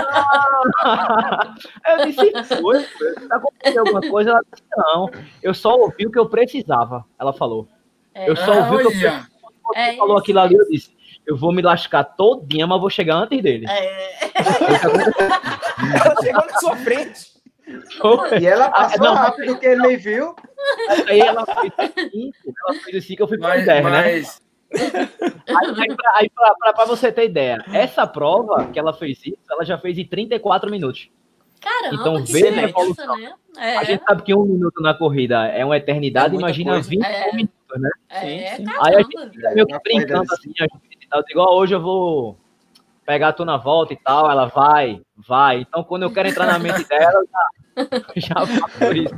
Speaker 2: ah! Eu disse, foi, tá acontecendo alguma coisa? Ela disse, não, eu só ouvi o que eu precisava, ela falou. É, eu só ouvi o que eu precisava. Você é falou aquilo ali, eu disse, eu vou me lascar todinha, mas vou chegar antes dele.
Speaker 3: É.
Speaker 5: Ela chegou na sua frente.
Speaker 1: Foi. E ela passou não, rápido que ele nem viu.
Speaker 2: Aí ela fez cinco, ela fez cinco, eu fui para dez,
Speaker 4: mas...
Speaker 2: né? Aí, aí para você ter ideia, essa prova que ela fez isso, ela já fez em trinta e quatro minutos.
Speaker 3: Caramba,
Speaker 2: então,
Speaker 3: que
Speaker 2: veja
Speaker 3: diferença, né? É.
Speaker 2: A gente sabe que um minuto na corrida é uma eternidade, é imagina coisa. vinte é. minutos, né?
Speaker 3: É, sim, sim.
Speaker 2: Aí a gente fica meio que brincando assim, a gente tá, igual hoje eu vou pegar tu na volta e tal, ela vai, vai. Então, quando eu quero entrar na mente dela, eu já, já faço isso.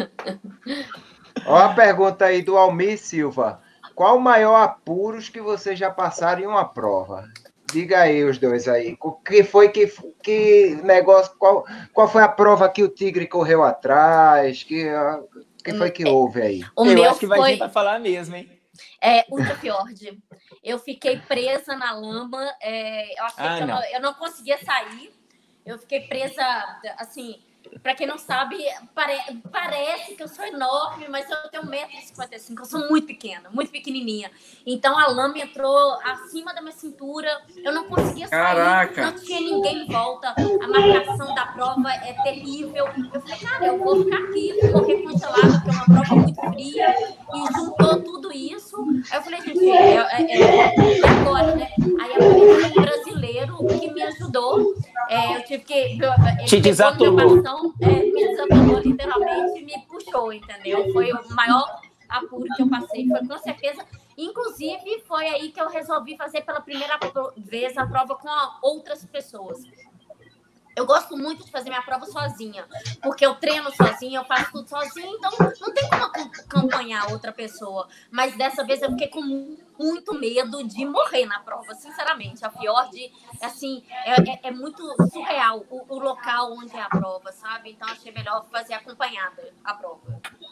Speaker 1: Olha a pergunta aí do Almir Silva. Qual o maior apuros que vocês já passaram em uma prova? Diga aí os dois aí. O que foi que, que negócio? Qual, qual foi a prova que o Tigre correu atrás? Que que foi que houve aí?
Speaker 3: O
Speaker 5: eu
Speaker 3: meu
Speaker 5: acho que vai
Speaker 3: foi...
Speaker 5: vir para falar mesmo, hein?
Speaker 3: É, Ultrafjord. Eu fiquei presa na lama. É, eu achei
Speaker 5: ah,
Speaker 3: que eu
Speaker 5: não.
Speaker 3: não, eu não conseguia sair. Eu fiquei presa, assim, Para quem não sabe, pare... parece que eu sou enorme, mas eu tenho um metro e cinquenta e cinco, eu sou muito pequena, muito pequenininha. Então a lama entrou acima da minha cintura, eu não conseguia sair,
Speaker 4: Caraca.
Speaker 3: Não tinha ninguém em volta, a marcação da prova é terrível. Eu falei, cara, eu vou ficar aqui, vou morrer congelada, porque é uma prova muito fria, e juntou tudo isso. Aí eu falei, gente, é, é, é, é agora, né? Aí apareceu um brasileiro que me ajudou, é, eu tive que... Ele
Speaker 5: Te desatolou.
Speaker 3: É, me desatolou literalmente e me puxou, entendeu? Foi o maior apuro que eu passei, foi com certeza. Inclusive, foi aí que eu resolvi fazer pela primeira vez a prova com outras pessoas. Eu gosto muito de fazer minha prova sozinha, porque eu treino sozinha, eu faço tudo sozinha, então não tem como acompanhar outra pessoa. Mas dessa vez eu fiquei com muito medo de morrer na prova, sinceramente. A Fiord, assim, é, é, é muito surreal o, o local onde é a prova, sabe? Então achei melhor fazer acompanhada a prova.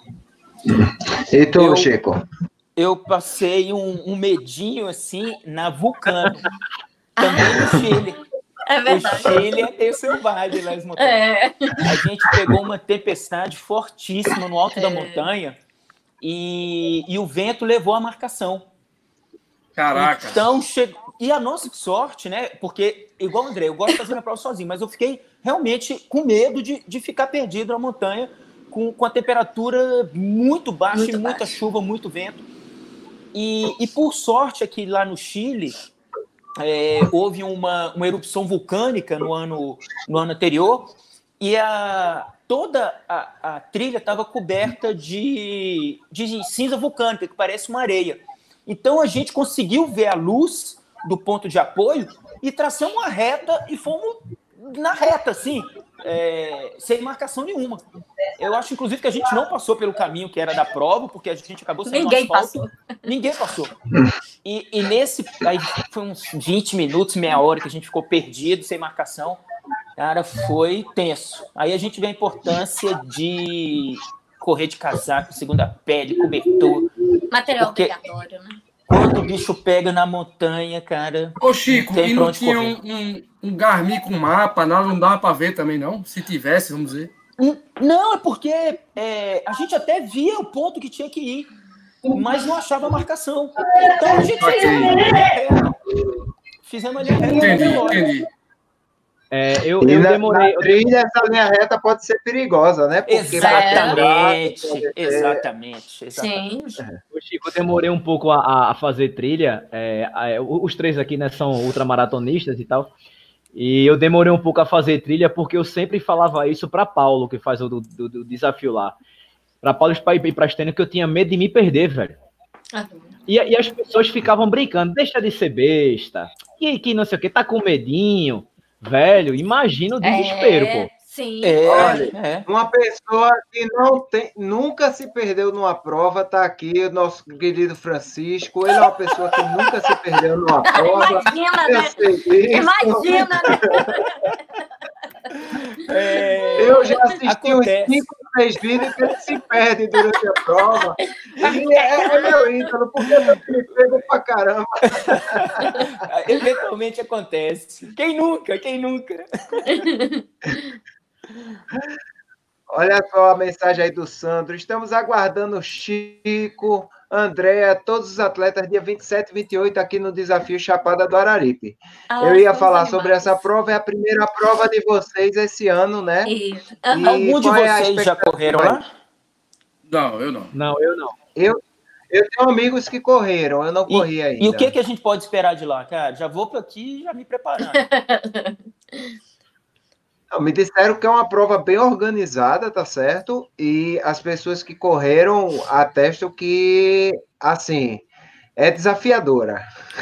Speaker 1: E tu,
Speaker 5: Eu-
Speaker 1: Chico?
Speaker 5: Eu passei um, um medinho assim na Vulcano, também no Chile.
Speaker 3: É
Speaker 5: O
Speaker 3: verdade.
Speaker 5: Chile é meio selvagem lá nas montanhas.
Speaker 3: É.
Speaker 5: A gente pegou uma tempestade fortíssima no alto da
Speaker 3: É.
Speaker 5: montanha e, e o vento levou a marcação.
Speaker 4: Caraca.
Speaker 5: Então, che... E a nossa sorte, né? Porque, igual o André, eu gosto de fazer minha prova sozinho, mas eu fiquei realmente com medo de, de ficar perdido na montanha com, com a temperatura muito baixa,
Speaker 3: Muito
Speaker 5: e muita
Speaker 3: baixa.
Speaker 5: chuva, muito vento. E, e por sorte, aqui lá no Chile, é, houve uma, uma erupção vulcânica no ano, no ano anterior e a, toda a, a trilha estava coberta de, de cinza vulcânica, que parece uma areia. Então a gente conseguiu ver a luz do ponto de apoio e traçamos uma reta e fomos na reta, assim, é, sem marcação nenhuma. Eu acho, inclusive, que a gente não passou pelo caminho que era da prova, porque a gente acabou saindo no
Speaker 3: Ninguém
Speaker 5: asfalto.
Speaker 3: passou.
Speaker 5: Ninguém passou. E, e nesse... Aí foi uns vinte minutos, meia hora que a gente ficou perdido, sem marcação. Cara, foi tenso. Aí a gente vê a importância de correr de casaco, segunda pele, cobertor.
Speaker 3: Material
Speaker 5: Porque-
Speaker 3: obrigatório, né?
Speaker 5: Quando o bicho pega na montanha, cara...
Speaker 4: Ô, Chico,
Speaker 5: Não tem
Speaker 4: e
Speaker 5: pra
Speaker 4: não
Speaker 5: onde
Speaker 4: tinha
Speaker 5: correr.
Speaker 4: um, um, um Garmin com mapa, nada, não dava pra ver também, não? Se tivesse, vamos dizer.
Speaker 5: N- Não, é porque é, a gente até via o ponto que tinha que ir, mas não achava a marcação. Então a gente fez uma linha reta. Fizemos a linha reta.
Speaker 4: Entendi,
Speaker 5: e embora.
Speaker 4: entendi.
Speaker 2: É, eu,
Speaker 1: E
Speaker 2: eu
Speaker 1: na,
Speaker 2: demorei.
Speaker 1: na trilha, essa linha reta pode ser perigosa, né? Porque
Speaker 5: Exatamente,
Speaker 1: pode ser-
Speaker 5: exatamente, exatamente.
Speaker 3: Sim.
Speaker 2: Ô, Chico, eu demorei um pouco a, a fazer trilha. É, a- os três aqui, né, são ultramaratonistas e tal. E eu demorei um pouco a fazer trilha porque eu sempre falava isso para Paulo, que faz o do, do- do desafio lá. Para Paulo ir para Estênio, que eu tinha medo de me perder, velho. E, e as pessoas ficavam brincando, deixa de ser besta. E que não sei o que, tá com medinho. Velho, imagina o desespero,
Speaker 3: É,
Speaker 2: pô.
Speaker 3: sim.
Speaker 5: É,
Speaker 1: Olha,
Speaker 5: é.
Speaker 1: Uma pessoa que não tem, nunca se perdeu numa prova, tá aqui o nosso querido Francisco. Ele é uma pessoa que nunca se perdeu numa prova.
Speaker 3: Imagina,
Speaker 1: Eu
Speaker 3: né?
Speaker 1: sei disso.
Speaker 3: Imagina, né?
Speaker 5: É,
Speaker 1: Eu já assisti
Speaker 5: Acontece.
Speaker 1: uns cinco, seis vídeos que ele se perde durante a prova. E é, é meu ídolo, porque eu me pego pra caramba.
Speaker 5: Eventualmente acontece. Quem nunca? Quem nunca?
Speaker 1: Olha só a mensagem aí do Sandro. Estamos aguardando Chico, Andréa, todos os atletas, dia vinte e sete e vinte e oito, aqui no Desafio Chapada do Araripe.
Speaker 3: Ah,
Speaker 1: Eu ia
Speaker 3: estamos
Speaker 1: falar
Speaker 3: animados.
Speaker 1: sobre essa prova, é a primeira prova de vocês esse ano, né?
Speaker 3: Isso.
Speaker 1: E
Speaker 3: Aham.
Speaker 5: Algum de
Speaker 1: qual é a
Speaker 5: vocês já
Speaker 1: expectativa
Speaker 5: correram
Speaker 1: aí?
Speaker 5: lá?
Speaker 4: Não, eu não.
Speaker 2: Não, eu não.
Speaker 1: Eu, eu tenho amigos que correram, eu não corri
Speaker 5: E,
Speaker 1: ainda.
Speaker 5: e o que, que a gente pode esperar de lá, cara? Já vou para aqui já me preparando.
Speaker 1: Não, me disseram que é uma prova bem organizada, tá certo? E as pessoas que correram atestam que, assim, é desafiadora.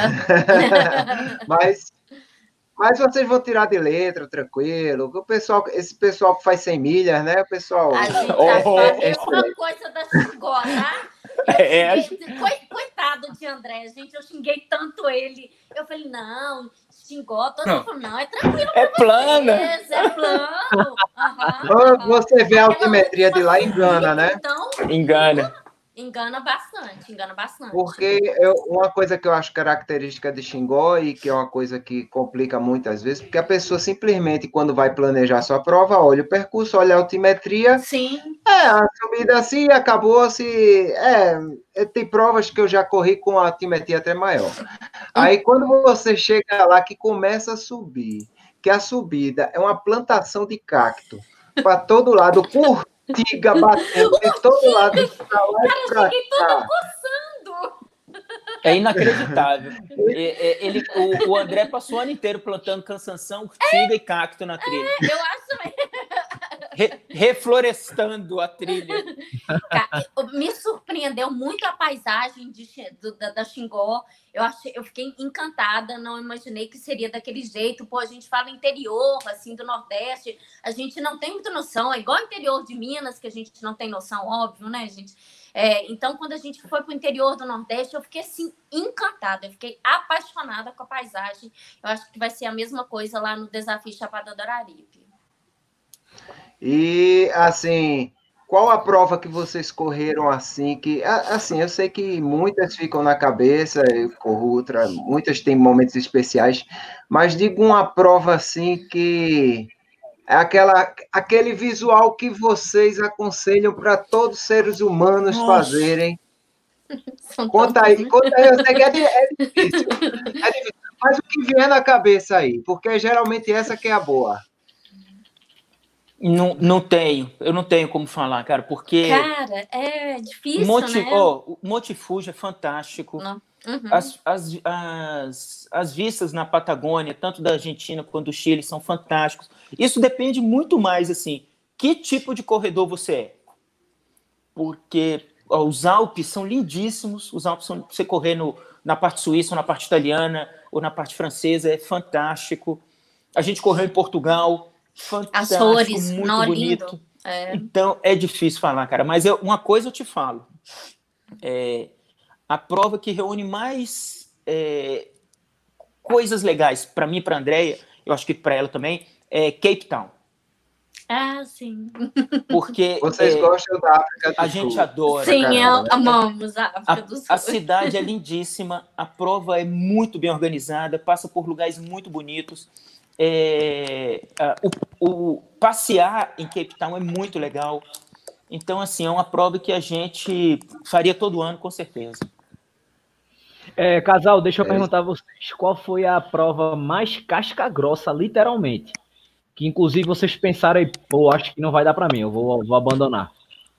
Speaker 1: mas, mas vocês vão tirar de letra, tranquilo. O pessoal, esse pessoal que faz cem milhas, né? O pessoal.
Speaker 3: A gente
Speaker 5: Oh,
Speaker 3: achou a
Speaker 1: é
Speaker 3: mesma coisa da Xingó, tá? Eu
Speaker 5: É,
Speaker 3: xinguei- coi- Coitado de André, gente, eu xinguei tanto ele. Eu falei, não, Xingó, todo
Speaker 4: Não.
Speaker 3: mundo falou, não, é tranquilo.
Speaker 5: É plana.
Speaker 3: Esse é plano. Aham,
Speaker 1: Quando
Speaker 3: aham.
Speaker 1: você vê a
Speaker 3: Aquela
Speaker 1: altimetria de lá,
Speaker 3: última
Speaker 1: engana, né?
Speaker 3: Então,
Speaker 5: Engana.
Speaker 3: Engana bastante, engana bastante.
Speaker 1: Porque eu, uma coisa que eu acho característica de Xingó e que é uma coisa que complica muitas vezes, porque a pessoa simplesmente, quando vai planejar sua prova, olha o percurso, olha a altimetria,
Speaker 3: Sim.
Speaker 1: é, a subida assim, acabou-se. É, tem provas que eu já corri com a altimetria até maior. Aí, quando você chega lá, que começa a subir, que a subida é uma plantação de cacto, para todo lado, por Tiga batendo de todo lado, pra lá e pra cá.
Speaker 5: É inacreditável. Ele, o, o André passou o ano inteiro plantando cansanção, urtiga é, e cacto na trilha.
Speaker 3: É, eu acho também.
Speaker 5: Re, reflorestando a trilha.
Speaker 3: Me surpreendeu muito a paisagem de, do, da, da Xingó. Eu, achei, eu fiquei encantada, não imaginei que seria daquele jeito. Pô, a gente fala interior, assim, do Nordeste, a gente não tem muita noção. É igual interior de Minas, que a gente não tem noção, óbvio, né, gente? É, então, quando a gente foi para o interior do Nordeste, eu fiquei, assim, encantada. Eu fiquei apaixonada com a paisagem. Eu acho que vai ser a mesma coisa lá no Desafio Chapada do Araripe.
Speaker 1: E, assim, qual a prova que vocês correram assim, que, assim, eu sei que muitas ficam na cabeça, eu corro outra, muitas têm momentos especiais, mas diga uma prova assim que é aquela, aquele visual que vocês aconselham para todos os seres humanos Nossa. fazerem. São conta aí, né? Conta aí, eu sei que é, é difícil, é difícil, mas o que vier na cabeça aí, porque geralmente essa que é a boa.
Speaker 5: Não, não tenho, eu não tenho como falar, cara, porque...
Speaker 3: Cara, é difícil,
Speaker 5: Monte,
Speaker 3: né?
Speaker 5: Oh, o Monte Fuji é fantástico.
Speaker 3: Uhum.
Speaker 5: As, as, as, as vistas na Patagônia, tanto da Argentina quanto do Chile, são fantásticos. Isso depende muito mais, assim, que tipo de corredor você é. Porque ó, os Alpes são lindíssimos, os Alpes são, você correr no, na parte suíça, ou na parte italiana, ou na parte francesa, é fantástico. A gente correu em Portugal... Fantástico,
Speaker 3: Açores,
Speaker 5: muito
Speaker 3: não,
Speaker 5: bonito.
Speaker 3: É.
Speaker 5: Então, é difícil falar, cara. Mas eu, uma coisa eu te falo. É, a prova que reúne mais é, coisas legais para mim e para a Andrea, eu acho que para ela também, é Cape Town.
Speaker 3: Ah, sim.
Speaker 5: Porque
Speaker 1: vocês
Speaker 5: é,
Speaker 1: gostam da África do
Speaker 5: a
Speaker 1: Sul.
Speaker 5: gente adora.
Speaker 3: Sim,
Speaker 5: caramba,
Speaker 3: eu, amamos a África
Speaker 5: a,
Speaker 3: do Sul.
Speaker 5: A cidade é lindíssima, a prova é muito bem organizada, passa por lugares muito bonitos. É, o, o passear em Cape Town é muito legal. Então, assim, é uma prova que a gente faria todo ano, com certeza.
Speaker 2: É, casal, deixa eu é. perguntar a vocês, qual foi a prova mais casca grossa, literalmente? Que, inclusive, vocês pensaram aí, pô, acho que não vai dar para mim, eu vou, vou abandonar.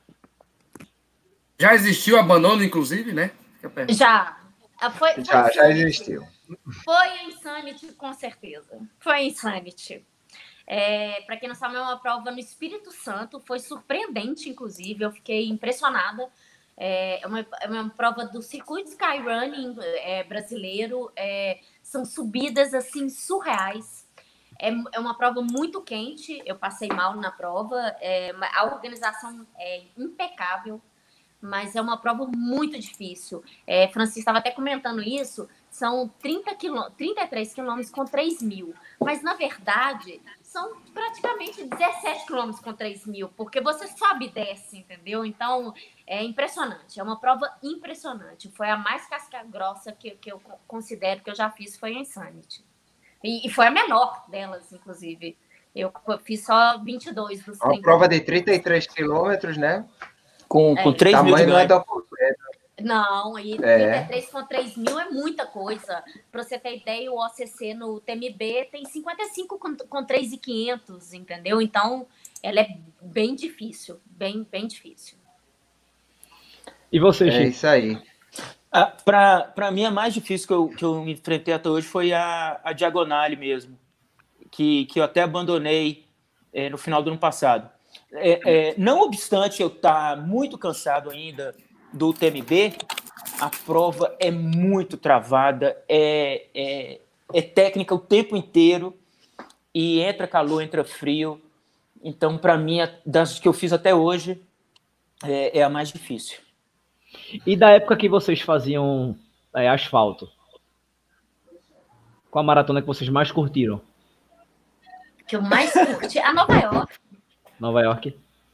Speaker 4: Já existiu abandono, inclusive, né?
Speaker 3: Já. Foi, foi
Speaker 1: já, já existiu.
Speaker 3: Foi a Insanity, com certeza. Foi a Insanity. É, para quem não sabe, é uma prova no Espírito Santo. Foi surpreendente, inclusive. Eu fiquei impressionada. É uma, é uma prova do circuito Skyrunning é, brasileiro. É, são subidas, assim, surreais. É, é uma prova muito quente. Eu passei mal na prova. É, a organização é impecável. Mas é uma prova muito difícil. É, Francisco estava até comentando isso. São trinta quilô, trinta e três quilômetros com três mil. Mas, na verdade, são praticamente dezessete quilômetros com três mil, porque você sobe e desce, entendeu? Então, é impressionante. É uma prova impressionante. Foi a mais casca grossa que, que eu considero que eu já fiz, foi a Insanity. E, e foi a menor delas, inclusive. Eu fiz só vinte e dois dos trinta.
Speaker 1: Uma prova de trinta e três quilômetros, né?
Speaker 5: Com,
Speaker 3: é.
Speaker 5: com três mil de
Speaker 1: não é completo.
Speaker 3: Não, aí é. trinta e três com três mil é muita coisa. Para você ter ideia, o O C C no T M B tem cinquenta e cinco com, com três mil e quinhentos, entendeu? Então, ela é bem difícil, bem, bem difícil.
Speaker 2: E você, Chico?
Speaker 1: É isso aí.
Speaker 5: Ah, Para mim, a mais difícil que eu, que eu enfrentei até hoje foi a, a Diagonale mesmo, que, que eu até abandonei é, no final do ano passado. É, é, não obstante eu estar muito cansado ainda do T M B, a prova é muito travada, é, é, é técnica o tempo inteiro, e entra calor, entra frio. Então, para mim, das que eu fiz até hoje, é, é a mais difícil.
Speaker 2: E da época que vocês faziam é, asfalto? Qual a maratona que vocês mais curtiram?
Speaker 3: Que eu mais curti? A Nova York.
Speaker 2: Nova York?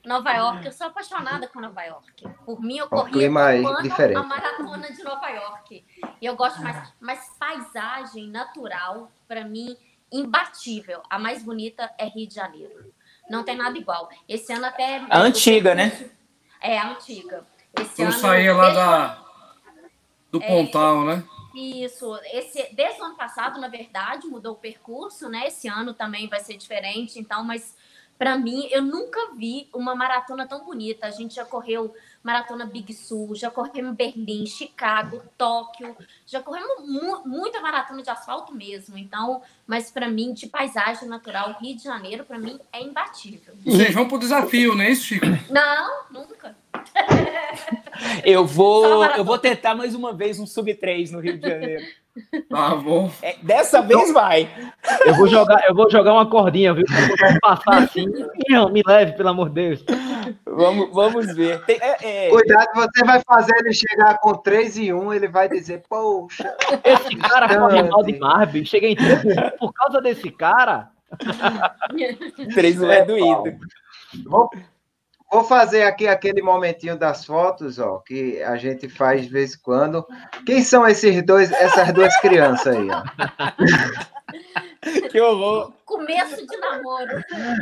Speaker 3: Nova York, eu sou apaixonada com Nova York. Por mim, eu
Speaker 1: O
Speaker 3: corria
Speaker 1: clima é
Speaker 3: todo ano
Speaker 1: diferente.
Speaker 3: a maratona de Nova York. E eu gosto mais. Mas paisagem natural, para mim, imbatível. A mais bonita é Rio de Janeiro. Não tem nada igual. Esse ano até...
Speaker 5: A antiga, né?
Speaker 3: É, a antiga. Esse
Speaker 4: Quando
Speaker 3: ano,
Speaker 4: saía lá
Speaker 3: desde
Speaker 4: da, do
Speaker 3: É,
Speaker 4: Pontal, né?
Speaker 3: Isso, esse, desde o ano passado, na verdade, mudou o percurso, né? Esse ano também vai ser diferente, então, mas para mim, eu nunca vi uma maratona tão bonita. A gente já correu maratona Big Sur, já corremos Berlim, Chicago, Tóquio, já corremos mu muita maratona de asfalto mesmo. Então, mas para mim, de paisagem natural, Rio de Janeiro, para mim, é imbatível.
Speaker 4: Vocês vão pro desafio, não é isso, Chico?
Speaker 3: Não, nunca.
Speaker 5: Eu
Speaker 3: Só
Speaker 5: vou,
Speaker 3: maratona.
Speaker 5: eu vou tentar mais uma vez um sub três no Rio de Janeiro.
Speaker 4: Tá bom.
Speaker 5: É, dessa vez vai.
Speaker 2: Eu vou jogar, eu vou jogar uma cordinha, viu? Pra eu passar assim. Não, me leve, pelo amor de Deus.
Speaker 5: Vamos, vamos ver. Tem, é, é,
Speaker 1: Cuidado, você vai fazer ele chegar com três e um, ele vai dizer, poxa,
Speaker 2: Esse cara corre
Speaker 1: distante.
Speaker 2: mal demais, bicho. Cheguei em três por causa desse cara.
Speaker 5: três não é doído.
Speaker 1: Vou, vou fazer aqui aquele momentinho das fotos, ó, que a gente faz de vez em quando. Quem são esses dois, essas duas crianças aí, ó?
Speaker 5: Que horror.
Speaker 3: Começo de namoro.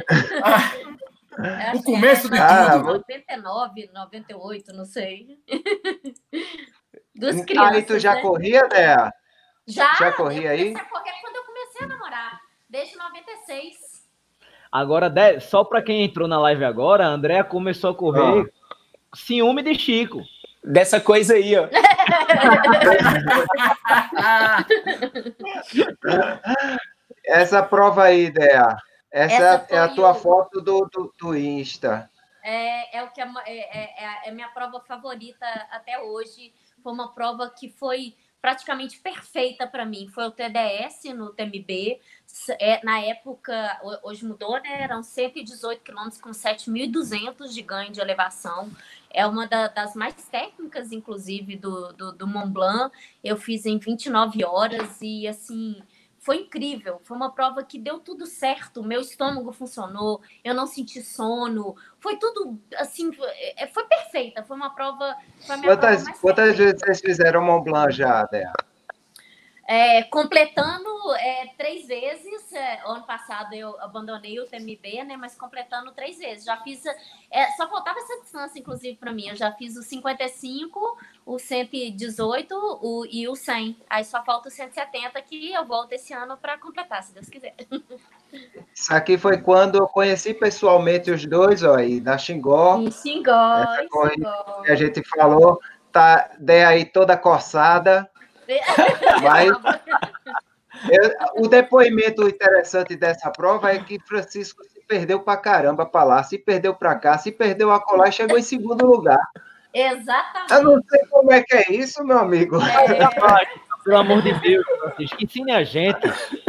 Speaker 4: O começo de
Speaker 1: Ah,
Speaker 4: tudo.
Speaker 3: noventa e nove, noventa e oito, não sei. Duas
Speaker 1: Aí
Speaker 3: crianças,
Speaker 1: tu já
Speaker 3: né?
Speaker 1: corria, Dea?
Speaker 3: Já,
Speaker 1: já corria
Speaker 3: eu
Speaker 1: aí?
Speaker 3: comecei a correr quando eu comecei a namorar, desde noventa e seis.
Speaker 2: Agora, de- só pra quem entrou na live agora, a Andréa começou a correr ciúme de Chico.
Speaker 5: Dessa coisa aí, ó.
Speaker 1: Essa prova aí, Dea. Essa,
Speaker 3: Essa
Speaker 1: é a
Speaker 3: foi
Speaker 1: tua
Speaker 3: o-
Speaker 1: foto do, do, do Insta.
Speaker 3: É, é o que é, é, é, é a minha prova favorita até hoje. Foi uma prova que foi praticamente perfeita para mim. Foi o T D S no T M B. É, na época, hoje mudou, né? Eram cento e dezoito quilômetros com sete mil e duzentos de ganho de elevação. É uma da, das mais técnicas, inclusive, do, do, do Mont Blanc. Eu fiz em vinte e nove horas e, assim, foi incrível. Foi uma prova que deu tudo certo. Meu estômago funcionou, eu não senti sono. Foi tudo, assim, foi, foi perfeita. Foi uma prova... Foi a minha
Speaker 1: Quantas,
Speaker 3: prova mais
Speaker 1: quantas
Speaker 3: perfeita.
Speaker 1: vezes vocês fizeram Mont Blanc já, Dea?
Speaker 3: É, completando é, três vezes, é, ano passado eu abandonei o T M B, né? Mas completando três vezes. Já fiz, é, só faltava essa distância, inclusive, para mim. Eu já fiz o cinquenta e cinco, o cento e dezoito o, e o cem. Aí só falta o cento e setenta, que eu volto esse ano para completar, se Deus quiser.
Speaker 1: Isso aqui foi quando eu conheci pessoalmente os dois, ó, aí na Xingó,
Speaker 3: Em Xingó,
Speaker 1: essa
Speaker 3: em
Speaker 1: corrida
Speaker 3: Xingó.
Speaker 1: que a gente falou, tá, Dea aí toda coçada. Mas eu- o depoimento interessante dessa prova é que Francisco se perdeu pra caramba pra lá, se perdeu pra cá, se perdeu acolá e chegou em segundo lugar.
Speaker 3: Exatamente.
Speaker 1: Eu não sei como é que é isso, meu amigo.
Speaker 2: Pelo amor de Deus, Francisco, ensine a gente.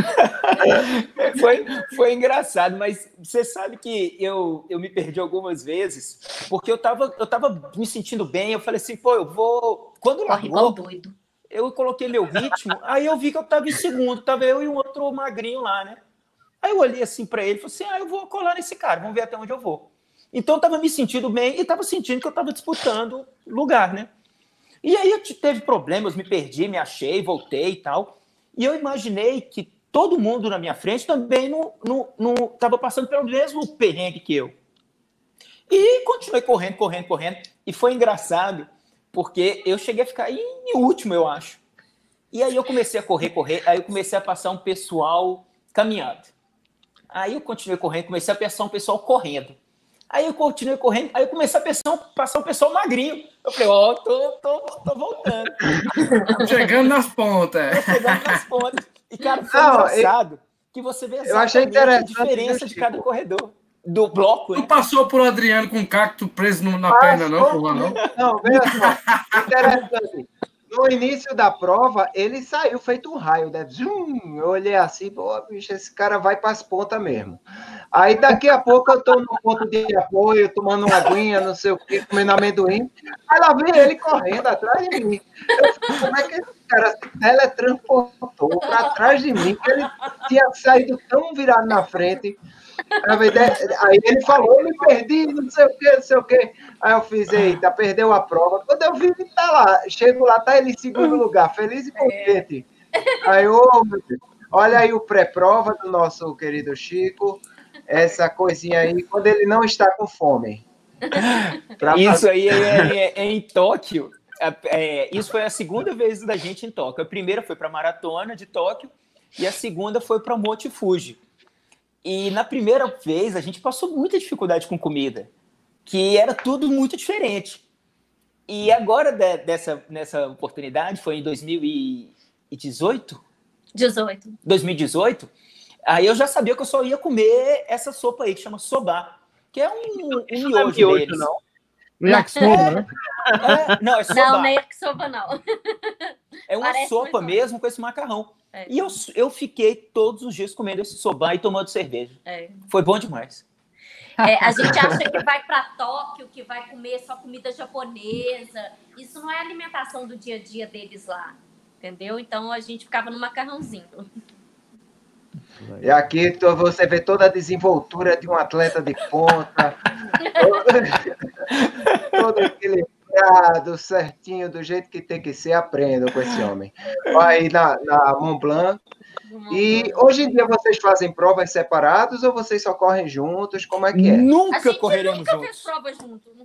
Speaker 5: Foi, foi engraçado, mas você sabe que eu, eu me perdi algumas vezes, porque eu tava, eu tava me sentindo bem, eu falei assim, pô, eu vou... Quando
Speaker 3: Corre igual
Speaker 5: largou,
Speaker 3: doido.
Speaker 5: eu coloquei meu ritmo, aí eu vi que eu tava em segundo, tava eu e um outro magrinho lá, né? Aí eu olhei assim pra ele e falei assim, ah, eu vou colar nesse cara, vamos ver até onde eu vou. Então eu tava me sentindo bem e tava sentindo que eu tava disputando lugar, né? E aí eu teve problemas, me perdi, me achei, voltei e tal. E eu imaginei que todo mundo na minha frente também não não, não tava passando pelo mesmo perrengue que eu. E continuei correndo, correndo, correndo. E foi engraçado, porque eu cheguei a ficar em último, eu acho. E aí eu comecei a correr, correr. Aí eu comecei a passar um pessoal caminhando. Aí eu continuei correndo, comecei a passar um pessoal correndo. Aí eu continuei correndo, aí eu comecei a passar um, passar um pessoal magrinho. Eu falei, ó, oh, tô, tô, tô voltando.
Speaker 4: Chegando nas pontas.
Speaker 5: Tô chegando nas pontas. E, cara, foi
Speaker 1: Não,
Speaker 5: engraçado que você vê
Speaker 1: eu achei
Speaker 5: exatamente a
Speaker 1: interessante,
Speaker 5: diferença
Speaker 1: viu,
Speaker 5: de
Speaker 1: Chico?
Speaker 5: cada corredor. Do bloco,
Speaker 4: Não
Speaker 5: né?
Speaker 4: passou por Adriano com um cacto preso no- na perna, não, porra, não?
Speaker 1: Não, veja só, interessante. No início da prova, ele saiu feito um raio, né? Zum, eu olhei assim, pô, bicho, esse cara vai para as pontas mesmo. Aí daqui a pouco eu estou no ponto de apoio, tomando uma aguinha, não sei o quê, comendo amendoim. Aí lá vem ele correndo atrás de mim. Eu falei, como é que esse cara se teletransportou para trás de mim? Que ele tinha saído tão virado na frente. Aí ele falou, me perdi, não sei o quê, não sei o quê. Aí eu fiz, eita, perdeu a prova. Quando eu vi, ele tá lá. Chego lá, tá ele em segundo lugar, feliz e contente. Aí, ô, oh, meu Deus. Olha aí o pré-prova do nosso querido Chico. Essa coisinha aí, quando ele não está com fome.
Speaker 5: Isso aí é, é, é em Tóquio. É, é, isso foi a segunda vez da gente em Tóquio. A primeira foi para a Maratona de Tóquio e a segunda foi para Monte Fuji. E na primeira vez a gente passou muita dificuldade com comida, que era tudo muito diferente. E agora, de, dessa, nessa oportunidade, foi em dois mil e dezoito?
Speaker 3: dezoito.
Speaker 5: dois mil e dezoito. Aí eu já sabia que eu só ia comer essa sopa aí, que chama soba, que é um, um miojo
Speaker 2: não é miojo,
Speaker 5: deles.
Speaker 2: não.
Speaker 6: Yakisoba, né?
Speaker 5: É, não, é soba.
Speaker 3: Não, não é yakisoba, não.
Speaker 5: É uma
Speaker 3: Parece
Speaker 5: sopa
Speaker 3: muito
Speaker 5: mesmo com esse macarrão.
Speaker 3: É.
Speaker 5: E eu, eu fiquei todos os dias comendo esse soba e tomando cerveja.
Speaker 3: É.
Speaker 5: Foi bom demais.
Speaker 3: É, a gente acha que vai para Tóquio, que vai comer só comida japonesa. Isso não é a alimentação do dia a dia deles lá, entendeu? Então a gente ficava no macarrãozinho.
Speaker 1: E aqui você vê toda a desenvoltura de um atleta de ponta, todo equilibrado, certinho, do jeito que tem que ser. Aprenda com esse homem. Aí na, na Mont Blanc. E hoje em dia vocês fazem provas separados ou vocês só correm juntos? Como é que é?
Speaker 5: Nunca
Speaker 3: A gente
Speaker 5: correremos
Speaker 3: nunca
Speaker 5: juntos.
Speaker 3: fez prova junto.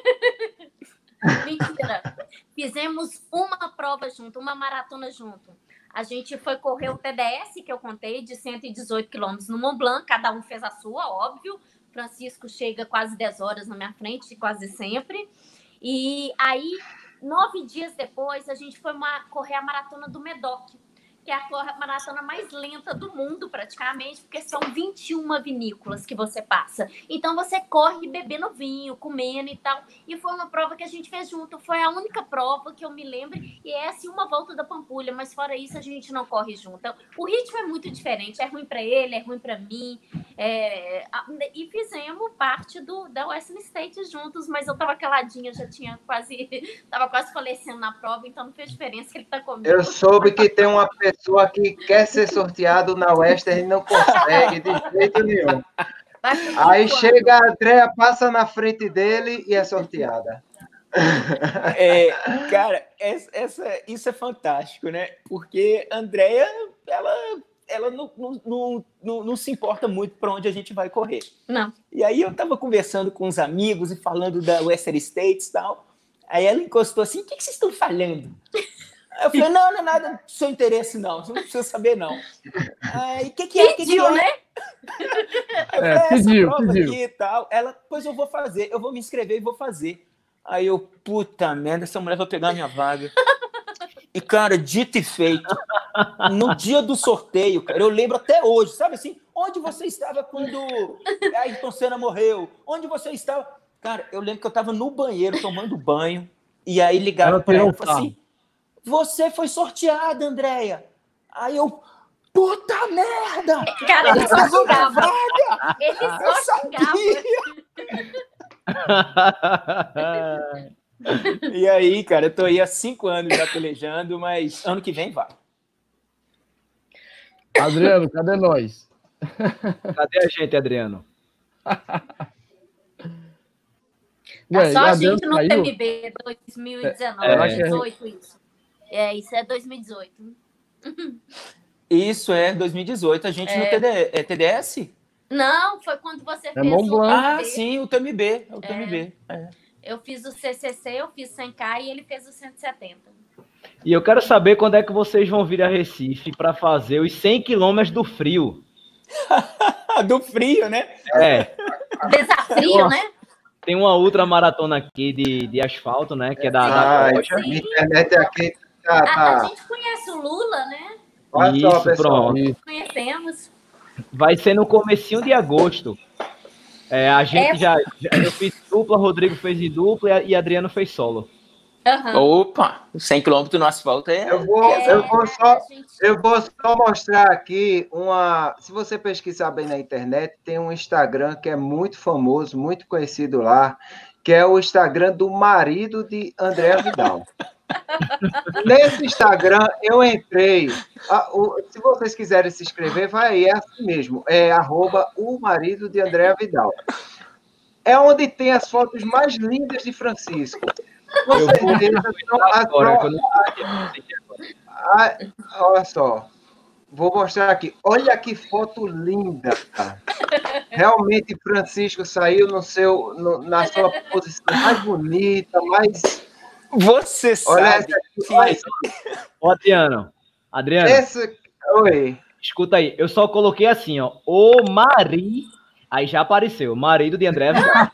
Speaker 3: Mentira. Fizemos uma prova junto, uma maratona junto. A gente foi correr o T D S, que eu contei, de cento e dezoito quilômetros no Mont Blanc. Cada um fez a sua, óbvio. Francisco chega quase dez horas na minha frente, quase sempre. E aí, nove dias depois, a gente foi uma, correr a maratona do Medoc, que é a maratona mais lenta do mundo, praticamente, porque são vinte e uma vinícolas que você passa. Então, você corre bebendo vinho, comendo e tal. E foi uma prova que a gente fez junto. Foi a única prova que eu me lembro. E é assim, uma volta da Pampulha. Mas fora isso, a gente não corre junto. Então, o ritmo é muito diferente. É ruim para ele, é ruim para mim. É... E fizemos parte do, da Western States juntos. Mas eu tava caladinha, já tinha quase... Tava quase falecendo na prova. Então, não fez diferença que ele tá comigo.
Speaker 1: Eu soube que tem uma pessoa que quer ser sorteado na Western e não consegue de jeito nenhum. Aí chega a Andrea, passa na frente dele e é sorteada.
Speaker 5: É, cara, essa, essa, isso é fantástico, né? Porque a Andrea, ela, ela não, não, não, não, não se importa muito para onde a gente vai correr.
Speaker 3: Não.
Speaker 5: E aí eu tava conversando com uns amigos e falando da Western States e tal. Aí ela encostou assim, o que, que vocês estão falando? Eu falei, não, não é nada do seu interesse, não. Você não precisa saber, não. Aí, o que, que é?
Speaker 3: Pediu,
Speaker 5: que que é?
Speaker 3: né?
Speaker 5: Aí eu
Speaker 6: É,
Speaker 5: falei,
Speaker 6: pediu,
Speaker 5: essa prova
Speaker 6: pediu.
Speaker 5: aqui e tal. Ela, pois eu vou fazer, eu vou me inscrever e vou fazer. Aí eu, puta merda, essa mulher vai pegar a minha vaga. E, cara, dito e feito, no dia do sorteio, cara, eu lembro até hoje, sabe assim, onde você estava quando a Ayrton Senna morreu? Onde você estava? Cara, eu lembro que eu estava no banheiro, tomando banho, e aí ligaram
Speaker 6: Ela
Speaker 5: para ela
Speaker 6: tirou
Speaker 5: e falaram assim, você foi sorteada, Andréia. Aí eu, puta merda!
Speaker 3: Cara, ele só
Speaker 5: Essa foi minha
Speaker 3: xingava.
Speaker 5: vaga!
Speaker 3: Ele
Speaker 5: Eu
Speaker 3: só xingava.
Speaker 5: sabia! E aí, cara, eu tô aí há cinco anos já pelejando, mas ano que vem vai.
Speaker 6: Adriano, cadê nós?
Speaker 2: Cadê a gente, Adriano?
Speaker 3: Tá
Speaker 6: Ué,
Speaker 3: só a
Speaker 6: Adriano
Speaker 3: gente no
Speaker 6: saiu?
Speaker 3: T M B dois mil e dezenove,
Speaker 2: É,
Speaker 6: é.
Speaker 3: dezoito isso. É, isso é dois mil e dezoito.
Speaker 5: Isso é dois mil e dezoito, a gente
Speaker 3: É.
Speaker 5: no T D, é T D S?
Speaker 3: Não, foi quando você fez
Speaker 6: Mont
Speaker 3: o
Speaker 6: Blanc.
Speaker 5: Ah,
Speaker 3: T M B.
Speaker 5: sim, o T M B, é o T M B. É.
Speaker 3: Eu fiz o C C C, eu fiz cem K e ele fez o cento e setenta.
Speaker 2: E eu quero saber quando é que vocês vão vir a Recife para fazer os cem quilômetros do frio.
Speaker 5: Do frio, né?
Speaker 2: É,
Speaker 3: Desafio,
Speaker 2: Nossa.
Speaker 3: né?
Speaker 2: tem uma ultra maratona aqui de, de asfalto, né? Que é da, da
Speaker 1: Ai,
Speaker 2: loja.
Speaker 1: a internet aqui tá...
Speaker 3: A, a
Speaker 1: tá...
Speaker 3: gente conhece o Lula, né?
Speaker 1: Olha só,
Speaker 2: Isso,
Speaker 1: pessoal.
Speaker 2: pronto.
Speaker 3: Conhecemos.
Speaker 2: Vai ser no comecinho de agosto. É, a gente
Speaker 3: É.
Speaker 2: já, já- Eu fiz dupla, Rodrigo fez em dupla e a- e Adriano fez solo.
Speaker 3: Aham.
Speaker 5: Opa, cem quilômetros no asfalto é...
Speaker 1: Eu vou,
Speaker 3: É,
Speaker 1: eu vou só,
Speaker 3: a gente-
Speaker 1: eu vou só mostrar aqui uma. Se você pesquisar bem na internet, tem um Instagram que é muito famoso, muito conhecido lá, que é o Instagram do marido de Andréa Vidal. Nesse Instagram eu entrei. a- o- se vocês quiserem se inscrever, vai aí, é assim mesmo. É arroba o marido de Andréa Vidal. É onde tem as fotos mais lindas de Francisco. Com
Speaker 2: Eu vou
Speaker 1: certeza são as
Speaker 2: agora,
Speaker 1: pro-
Speaker 2: quando eu-
Speaker 1: Ah, olha só, vou mostrar aqui. Olha que foto linda. Realmente, Francisco saiu no seu, no- na sua posição mais bonita, mais.
Speaker 5: Você
Speaker 1: Olha
Speaker 5: sabe
Speaker 1: essa aqui.
Speaker 5: que...
Speaker 1: Olha
Speaker 2: Ó, Adriano. Adriano,
Speaker 1: essa. Oi.
Speaker 2: escuta aí. Eu só coloquei assim, ó. O Mari. Aí já apareceu. Marido de André Vidal.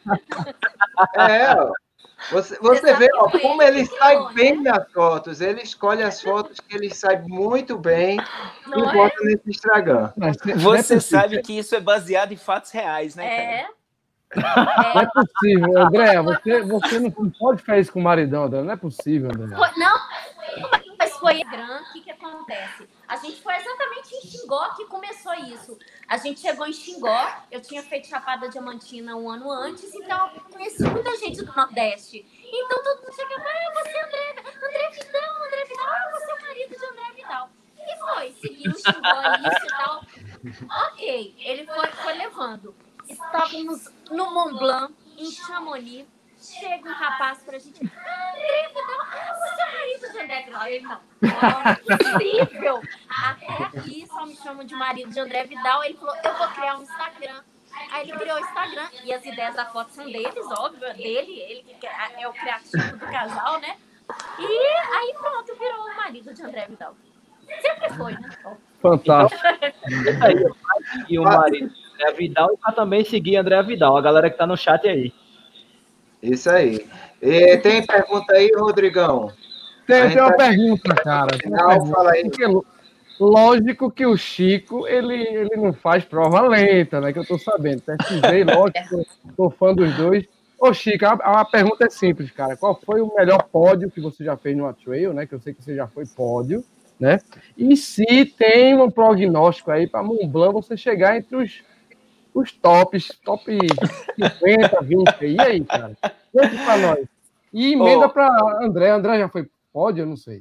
Speaker 1: É, ó. Você, você
Speaker 3: Você
Speaker 1: vê
Speaker 3: sabe
Speaker 1: ó,
Speaker 3: que foi
Speaker 1: como
Speaker 3: ele
Speaker 1: ele
Speaker 3: que
Speaker 1: sai
Speaker 3: criou,
Speaker 1: bem
Speaker 3: né?
Speaker 1: nas fotos. Ele escolhe as fotos que ele sai muito bem e
Speaker 3: Não é?
Speaker 1: bota nesse Instagram.
Speaker 6: Mas não é
Speaker 5: Você
Speaker 6: possível,
Speaker 5: sabe que isso é baseado em fatos reais, né, cara?
Speaker 3: É.
Speaker 6: Não é possível, André. Você, você não pode fazer isso com o maridão, André. Não é possível, André.
Speaker 3: Foi- não, mas foi Gran, o que, que acontece? A gente foi exatamente em Xingó que começou isso. A gente chegou em Xingó, eu tinha feito Chapada Diamantina um ano antes, então eu conheci muita gente do Nordeste. Então todo mundo chegava, ah, você é André, André Vidal, André Vidal, ah, você é o marido de André Vidal. E foi, seguiu o Xingó, isso e tal. Ok, ele foi, foi levando. Estávamos no Mont Blanc, em Chamonix. Chega um rapaz pra gente. Ah, André Vidal, ah, você é o marido de André Vidal. Ele não. Não é possível. Até aqui só me chamam de marido de André Vidal. Ele falou: eu vou criar um Instagram. Aí ele criou o Instagram. E as ideias da foto são deles, óbvio, é dele. Ele que é o criativo do casal, né? E aí pronto, virou o marido de André Vidal. Sempre foi, né?
Speaker 6: Fantástico.
Speaker 2: Isso aí, eu vou seguir o marido de André Vidal e pra também seguir André Vidal. A galera que tá no chat aí.
Speaker 1: Isso aí. E tem pergunta aí, Rodrigão?
Speaker 6: Tem,
Speaker 1: A
Speaker 6: tem uma
Speaker 1: gente tá-
Speaker 6: pergunta, cara. Tem uma
Speaker 1: Não,
Speaker 6: pergunta.
Speaker 1: fala aí.
Speaker 6: Porque, lógico que o Chico, ele, ele não faz prova lenta, né? Que eu tô sabendo. Pesquisei, lógico, tô fã dos dois. Ô, Chico, a, a pergunta é simples, cara. Qual foi o melhor pódio que você já fez numa trail, né? Que eu sei que você já foi pódio, né? E se tem um prognóstico aí para Mont Blanc você chegar entre os, os tops, top cinquenta, vinte. E aí, cara? Conte pra nós. E emenda
Speaker 5: Ô.
Speaker 6: para André. André já foi pódio? Eu não sei.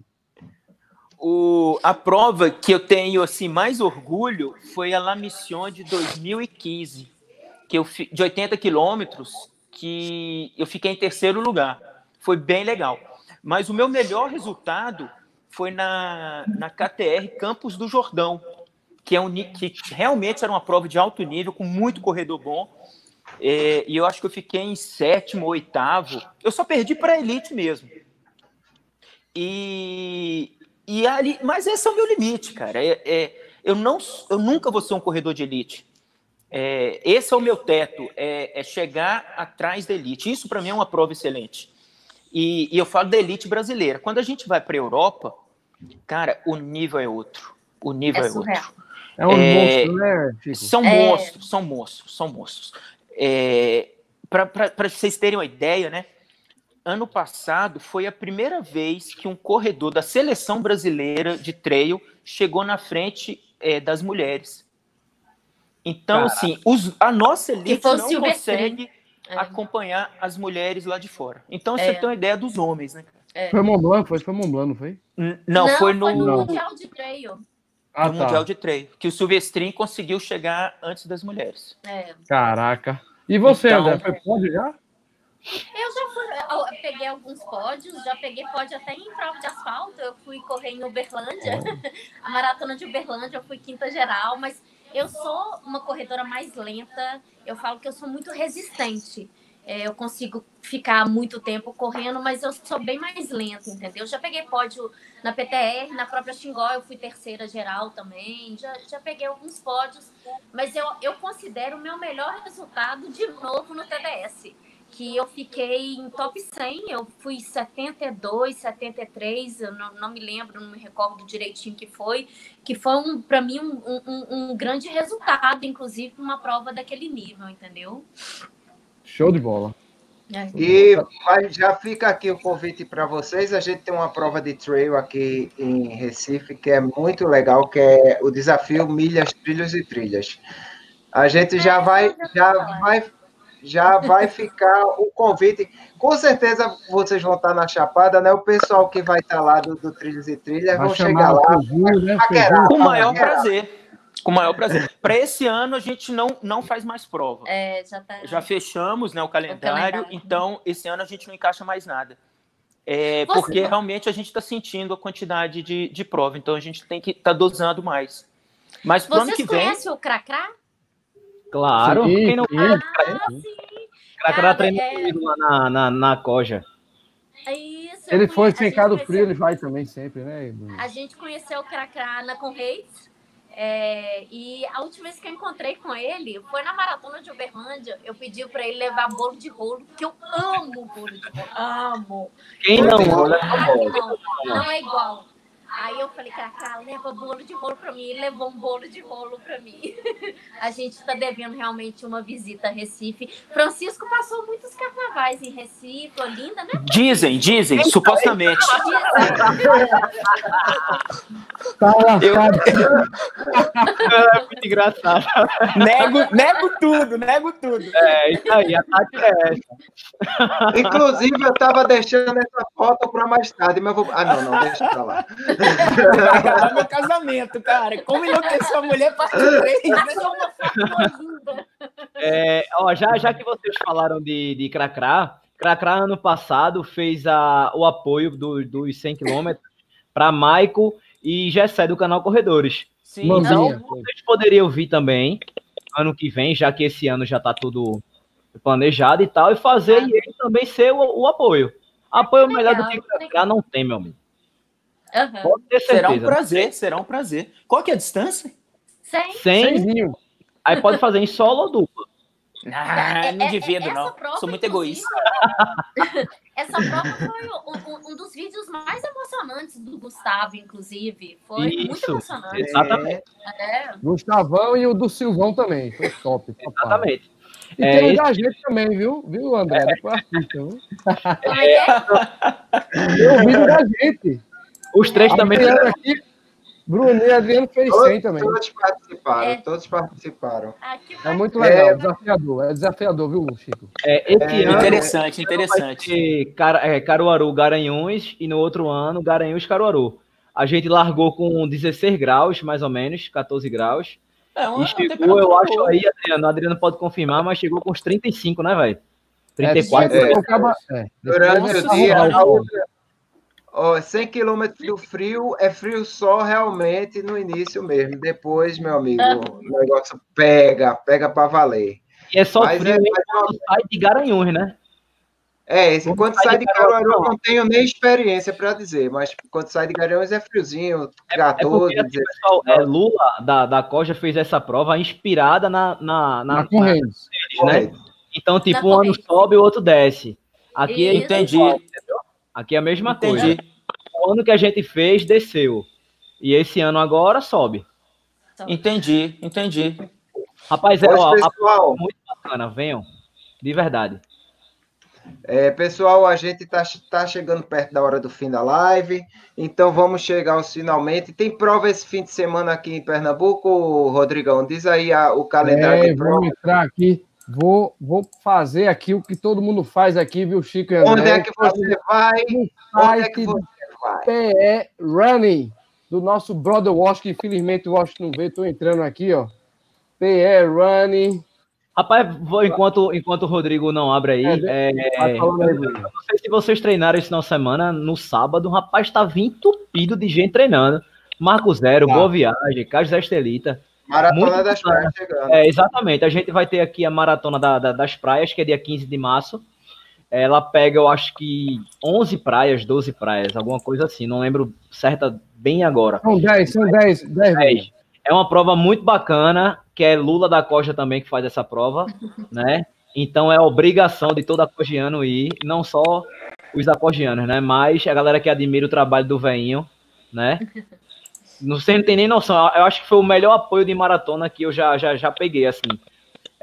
Speaker 5: O, a prova que eu tenho assim mais orgulho foi a La Mission de dois mil e quinze, que eu fi- de oitenta quilômetros, que eu fiquei em terceiro lugar. Foi bem legal. Mas o meu melhor resultado foi na, na K T R Campos do Jordão, que, é um, ni- que realmente era uma prova de alto nível, com muito corredor bom. É, e eu acho que eu fiquei em sétimo, oitavo. Eu só perdi para a elite mesmo. E, e ali, mas esse é o meu limite, cara. É, é, eu, não, eu nunca vou ser um corredor de elite. É, esse é o meu teto, é, é chegar atrás da elite. Isso, para mim, é uma prova excelente. E, e eu falo da elite brasileira. Quando a gente vai para a Europa, cara, o nível é outro. O nível
Speaker 3: É
Speaker 5: é,
Speaker 3: surreal.
Speaker 5: outro.
Speaker 6: É um
Speaker 5: É,
Speaker 6: monstro, né, Chico?
Speaker 5: São
Speaker 3: É.
Speaker 5: monstros, são monstros, são monstros. É, para vocês terem uma ideia, né? Ano passado foi a primeira vez que um corredor da seleção brasileira de trail chegou na frente é, das mulheres. Então,
Speaker 2: Caraca.
Speaker 5: assim, os, a nossa
Speaker 3: Que
Speaker 5: elite
Speaker 3: foi o
Speaker 5: não
Speaker 3: Silvestrin.
Speaker 5: consegue
Speaker 3: É.
Speaker 5: acompanhar as mulheres lá de fora. Então,
Speaker 3: É.
Speaker 5: você tem uma ideia dos homens, né?
Speaker 3: É.
Speaker 6: Foi Mont Blanc, foi, foi Mont Blanc, não foi?
Speaker 5: N- Não, foi no,
Speaker 6: Não.
Speaker 3: Mundial de Trail.
Speaker 6: Ah,
Speaker 5: no
Speaker 6: tá.
Speaker 5: Mundial de Trail, que o Silvestrin conseguiu chegar antes das mulheres.
Speaker 3: É.
Speaker 6: Caraca. E você,
Speaker 5: Então-
Speaker 6: André, foi pódio já?
Speaker 3: Eu já fui, eu peguei alguns pódios, já peguei pódio até em prova de asfalto. Eu fui correr em Uberlândia, a maratona de Uberlândia, eu fui quinta geral, mas eu sou uma corredora mais lenta. Eu falo que eu sou muito resistente. É, eu consigo ficar muito tempo correndo, mas eu sou bem mais lenta, entendeu? Eu já peguei pódio na P T R, na própria Xingó, eu fui terceira geral também. Já, já peguei alguns pódios, mas eu, eu considero o meu melhor resultado de novo no T D S. Que eu fiquei em top cem, eu fui setenta e dois, setenta e três, eu não, não me lembro, não me recordo direitinho que foi, que foi, um, para mim, um, um, um grande resultado, inclusive, numa prova daquele nível, entendeu?
Speaker 6: Show de bola.
Speaker 1: E vai, já fica aqui o convite para vocês. A gente tem uma prova de trail aqui em Recife, que é muito legal, que é o desafio Milhas, Trilhos e Trilhas. A gente já vai, já vai, já vai ficar o convite. Com certeza vocês vão estar na Chapada, né? O pessoal que vai estar lá do, do Trilhos e Trilhas
Speaker 6: Vai
Speaker 1: vão
Speaker 6: chamar
Speaker 1: chegar lá.
Speaker 6: o Fuzinho, né?
Speaker 1: paquerar,
Speaker 5: Com o maior
Speaker 1: paquerar.
Speaker 5: prazer. Com o maior prazer. Para esse ano, a gente não, não faz mais prova.
Speaker 3: É, já tá.
Speaker 5: Já fechamos, né, o calendário,
Speaker 3: O calendário.
Speaker 5: então esse ano a gente não encaixa mais nada. É,
Speaker 3: Você-
Speaker 5: porque realmente a gente está sentindo a quantidade de, de prova, então a gente tem que estar tá dosando mais. Mas pro ano
Speaker 3: Vocês
Speaker 5: que vem.
Speaker 3: conhecem o Cracrá?
Speaker 2: Claro,
Speaker 6: Sim,
Speaker 2: quem não
Speaker 6: sim.
Speaker 3: Ah, sim.
Speaker 2: Cracra
Speaker 3: Cara,
Speaker 2: treina
Speaker 3: é-
Speaker 2: comigo lá na, na, na Coja.
Speaker 3: É isso. eu
Speaker 6: Ele foi
Speaker 3: conhe- a
Speaker 6: sem
Speaker 3: gente
Speaker 6: cá do
Speaker 3: conheceu-
Speaker 6: frio, ele vai também sempre, né? Bruno?
Speaker 3: A gente conheceu o Cracrá na Conreis. É, e a última vez que eu encontrei com ele foi na maratona de Uberlândia. Eu pedi para ele levar bolo de rolo, porque eu amo bolo de rolo. Amo.
Speaker 2: Quem não olha,
Speaker 3: Ai, não, não é igual. Aí eu falei, Cacá, leva bolo de rolo para mim. Ele levou um bolo de rolo para mim. A gente está devendo realmente uma visita a Recife. Francisco passou muitos carnavais em Recife, Olinda, né?
Speaker 5: Dizem, dizem, supostamente.
Speaker 6: Tá
Speaker 5: Eu
Speaker 6: lascado.
Speaker 2: é muito engraçado.
Speaker 5: nego, nego tudo, nego tudo.
Speaker 2: É isso aí, a Tati é essa.
Speaker 1: Inclusive, eu estava deixando essa foto para mais tarde, mas eu vou. Ah, não, não, deixa para lá.
Speaker 5: Vai acabar meu casamento, cara. Como enlouqueceu a mulher, parte três, né?
Speaker 3: Passou uma foto linda.
Speaker 2: É, ó, já, já que vocês falaram de, de Cracrá, Cracrá ano passado fez a, o apoio do, dos cem quilômetros para Maico e Gessé do canal Corredores.
Speaker 5: Sim,
Speaker 6: Mambinha.
Speaker 2: Então, vocês poderiam vir também ano que vem, já que esse ano já está tudo planejado e tal, e fazer e ele também ser o, o apoio. Apoio melhor do que Cracrá não tem, meu amigo.
Speaker 3: Uhum.
Speaker 2: Pode ter
Speaker 5: será um
Speaker 2: certeza.
Speaker 5: prazer, será um prazer. Qual que é a distância?
Speaker 3: Sem.
Speaker 2: Sem,
Speaker 6: Cenzinho.
Speaker 2: aí pode fazer em solo ou dupla.
Speaker 5: Ah, não
Speaker 3: É- é-
Speaker 5: divido,
Speaker 3: essa
Speaker 5: não.
Speaker 3: prova,
Speaker 5: Sou muito
Speaker 3: inclusive,
Speaker 5: egoísta.
Speaker 3: Essa prova foi um, um- um dos vídeos mais emocionantes do Gustavo, inclusive. Foi muito
Speaker 2: Isso,
Speaker 3: emocionante.
Speaker 2: exatamente.
Speaker 3: É.
Speaker 6: Gustavão e o do Silvão também. Foi top. papai.
Speaker 2: Exatamente.
Speaker 6: E
Speaker 2: É,
Speaker 6: tem o
Speaker 2: esse-
Speaker 6: da gente também, viu? Viu, André? Foi artista, viu?
Speaker 3: Como é que é?
Speaker 6: Tem o vídeo da gente.
Speaker 2: Os três também.
Speaker 6: Adriano aqui, Bruno e Adriano fez cem
Speaker 1: Todos,
Speaker 6: também.
Speaker 1: todos participaram,
Speaker 3: É.
Speaker 1: todos participaram.
Speaker 3: Ah, que
Speaker 6: É muito
Speaker 1: É.
Speaker 6: legal, desafiador. É desafiador, viu, Chico?
Speaker 2: É, esse
Speaker 1: É,
Speaker 2: ano
Speaker 5: Interessante,
Speaker 2: vai
Speaker 5: interessante.
Speaker 2: ter Car- é, Caruaru, Garanhuns, e no outro ano, Garanhuns, Caruaru. A gente largou com dezesseis graus, mais ou menos, quatorze graus.
Speaker 5: É uma
Speaker 2: E chegou,
Speaker 5: temperatura
Speaker 2: eu acho
Speaker 5: boa.
Speaker 2: aí, Adriano, o Adriano pode confirmar, mas chegou com uns trinta e cinco, né, velho?
Speaker 6: É,
Speaker 2: trinta e quatro.
Speaker 6: depois
Speaker 1: é.
Speaker 6: acaba- é, depois
Speaker 1: Durante
Speaker 6: vai
Speaker 1: o dia,
Speaker 6: arrumar
Speaker 1: a
Speaker 6: o
Speaker 1: outra- ó, cem quilômetros do frio é frio só realmente no início mesmo. Depois, meu amigo, o negócio pega, pega para valer.
Speaker 2: E é só
Speaker 1: Mas
Speaker 2: frio
Speaker 1: é-
Speaker 2: mesmo
Speaker 1: mas
Speaker 2: quando sai de Garanhuns, né?
Speaker 1: É, esse,
Speaker 2: Quando
Speaker 1: quando
Speaker 2: sai
Speaker 1: sai
Speaker 2: de
Speaker 1: de Caruaru, eu
Speaker 2: Caruaru,
Speaker 1: não tenho nem experiência para dizer, mas quando sai de Garanhuns é friozinho,
Speaker 2: É
Speaker 1: quatorze,
Speaker 2: porque, assim,
Speaker 1: dezesseis.
Speaker 2: pessoal, é, Lula, da, da Coja, fez essa prova inspirada na, na, na,
Speaker 6: Na corrente.
Speaker 2: deles, né? Então, tipo,
Speaker 3: Na
Speaker 2: um ano
Speaker 3: corrente.
Speaker 2: sobe, o outro desce. Aqui é
Speaker 3: Isso.
Speaker 5: Entendi,
Speaker 2: Aqui é a mesma coisa.
Speaker 5: entendi.
Speaker 2: O ano que a gente fez, desceu. E esse ano agora, sobe.
Speaker 5: Entendi, entendi.
Speaker 2: Rapaz, é
Speaker 1: Hoje,
Speaker 2: ó, a-
Speaker 1: pessoal,
Speaker 2: muito bacana, venham. De verdade.
Speaker 1: É, pessoal, a gente está tá chegando perto da hora do fim da live, então vamos chegar aos finalmente. Tem prova esse fim de semana aqui em Pernambuco, Rodrigão? Diz aí a- o calendário
Speaker 6: É,
Speaker 1: de prova.
Speaker 6: vou entrar aqui. Vou, vou fazer aqui o que todo mundo faz aqui, viu, Chico e André?
Speaker 1: Onde é que você vai?
Speaker 6: No
Speaker 1: Onde é
Speaker 6: site
Speaker 1: que
Speaker 6: do
Speaker 1: você vai?
Speaker 6: P E Running, do nosso brother Wash, que infelizmente o Wash não veio. Estou entrando aqui, ó. P E Running.
Speaker 2: Rapaz, vou, enquanto, enquanto o Rodrigo não abre aí,
Speaker 6: É,
Speaker 2: é,
Speaker 6: Vai falando aí, Bruno.
Speaker 2: não sei se vocês treinaram esse final de semana, no sábado, rapaz, estava entupido de gente treinando. Marco Zero,
Speaker 6: Tá.
Speaker 2: Boa Viagem, Carlos Estelita.
Speaker 1: Maratona
Speaker 2: Muito
Speaker 1: das
Speaker 2: bacana.
Speaker 1: Praias chegando.
Speaker 2: É, exatamente, a gente vai ter aqui a Maratona da- da- das Praias, que é dia quinze de março. Ela pega, eu acho que onze praias, doze praias, alguma coisa assim, não lembro certa bem agora.
Speaker 6: São dez, são dez, dez.
Speaker 2: dez. É uma prova muito bacana, que é Lula da Costa também que faz essa prova, né? Então é obrigação de todo acogiano ir, não só os acogianos, né? Mas a galera que admira o trabalho do veinho, né? Não sei, não tem nem noção. Eu acho que foi o melhor apoio de maratona que eu já, já, já peguei, assim.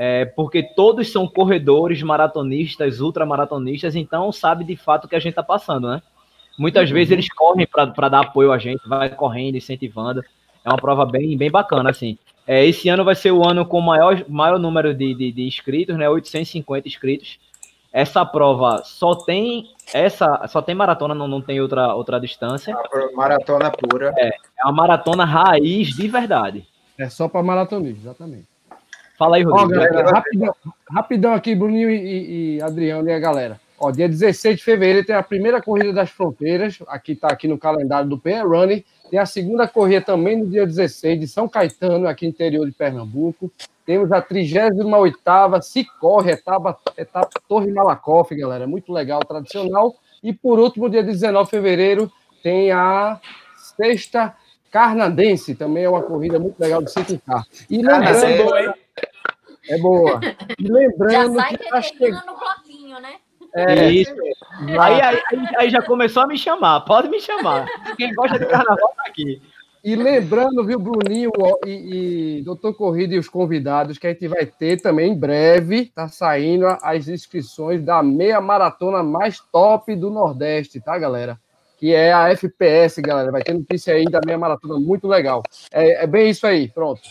Speaker 2: é, porque todos são corredores, maratonistas, ultramaratonistas, então sabe de fato o que a gente está passando, né? Muitas uhum. vezes eles correm para dar apoio a gente, vai correndo, incentivando. É uma prova bem, bem bacana, assim. É, esse ano vai ser o ano com o maior, maior número de, de, de inscritos, né? oitocentos e cinquenta inscritos. Essa prova só tem essa, só tem maratona, não, não tem outra, outra distância.
Speaker 1: Maratona pura.
Speaker 2: É, é uma maratona raiz de verdade.
Speaker 6: É só para maratonistas, exatamente.
Speaker 2: Fala aí, Rodrigo.
Speaker 6: Ó, galera, rapidão, rapidão aqui, Bruninho e, e Adriano e a galera. Ó, dia dezesseis de fevereiro tem a primeira corrida das fronteiras, aqui está aqui no calendário do P N Running. Tem a segunda corrida também no dia dezesseis de São Caetano, aqui no interior de Pernambuco. Temos a trigésima oitava Se Corre, etapa, etapa Torre Malakoff, galera. Muito legal, tradicional. E por último, dia dezenove de fevereiro, tem a sexta Carnadense, também é uma corrida muito legal de cinco K. E lembrando,
Speaker 5: essa é boa, hein?
Speaker 6: É boa. E lembrando
Speaker 3: já sai
Speaker 6: que tá
Speaker 3: chegando no bloquinho, né?
Speaker 2: É, isso. Aí, aí, aí já começou a me chamar, pode me chamar. Quem gosta de carnaval tá aqui.
Speaker 6: E lembrando, viu, Bruninho e, e doutor Corrida e os convidados, que a gente vai ter também em breve, tá saindo as inscrições da meia maratona mais top do Nordeste, tá, galera? Que é a F P S, galera. Vai ter notícia aí da meia maratona muito legal. É, é bem isso aí, pronto.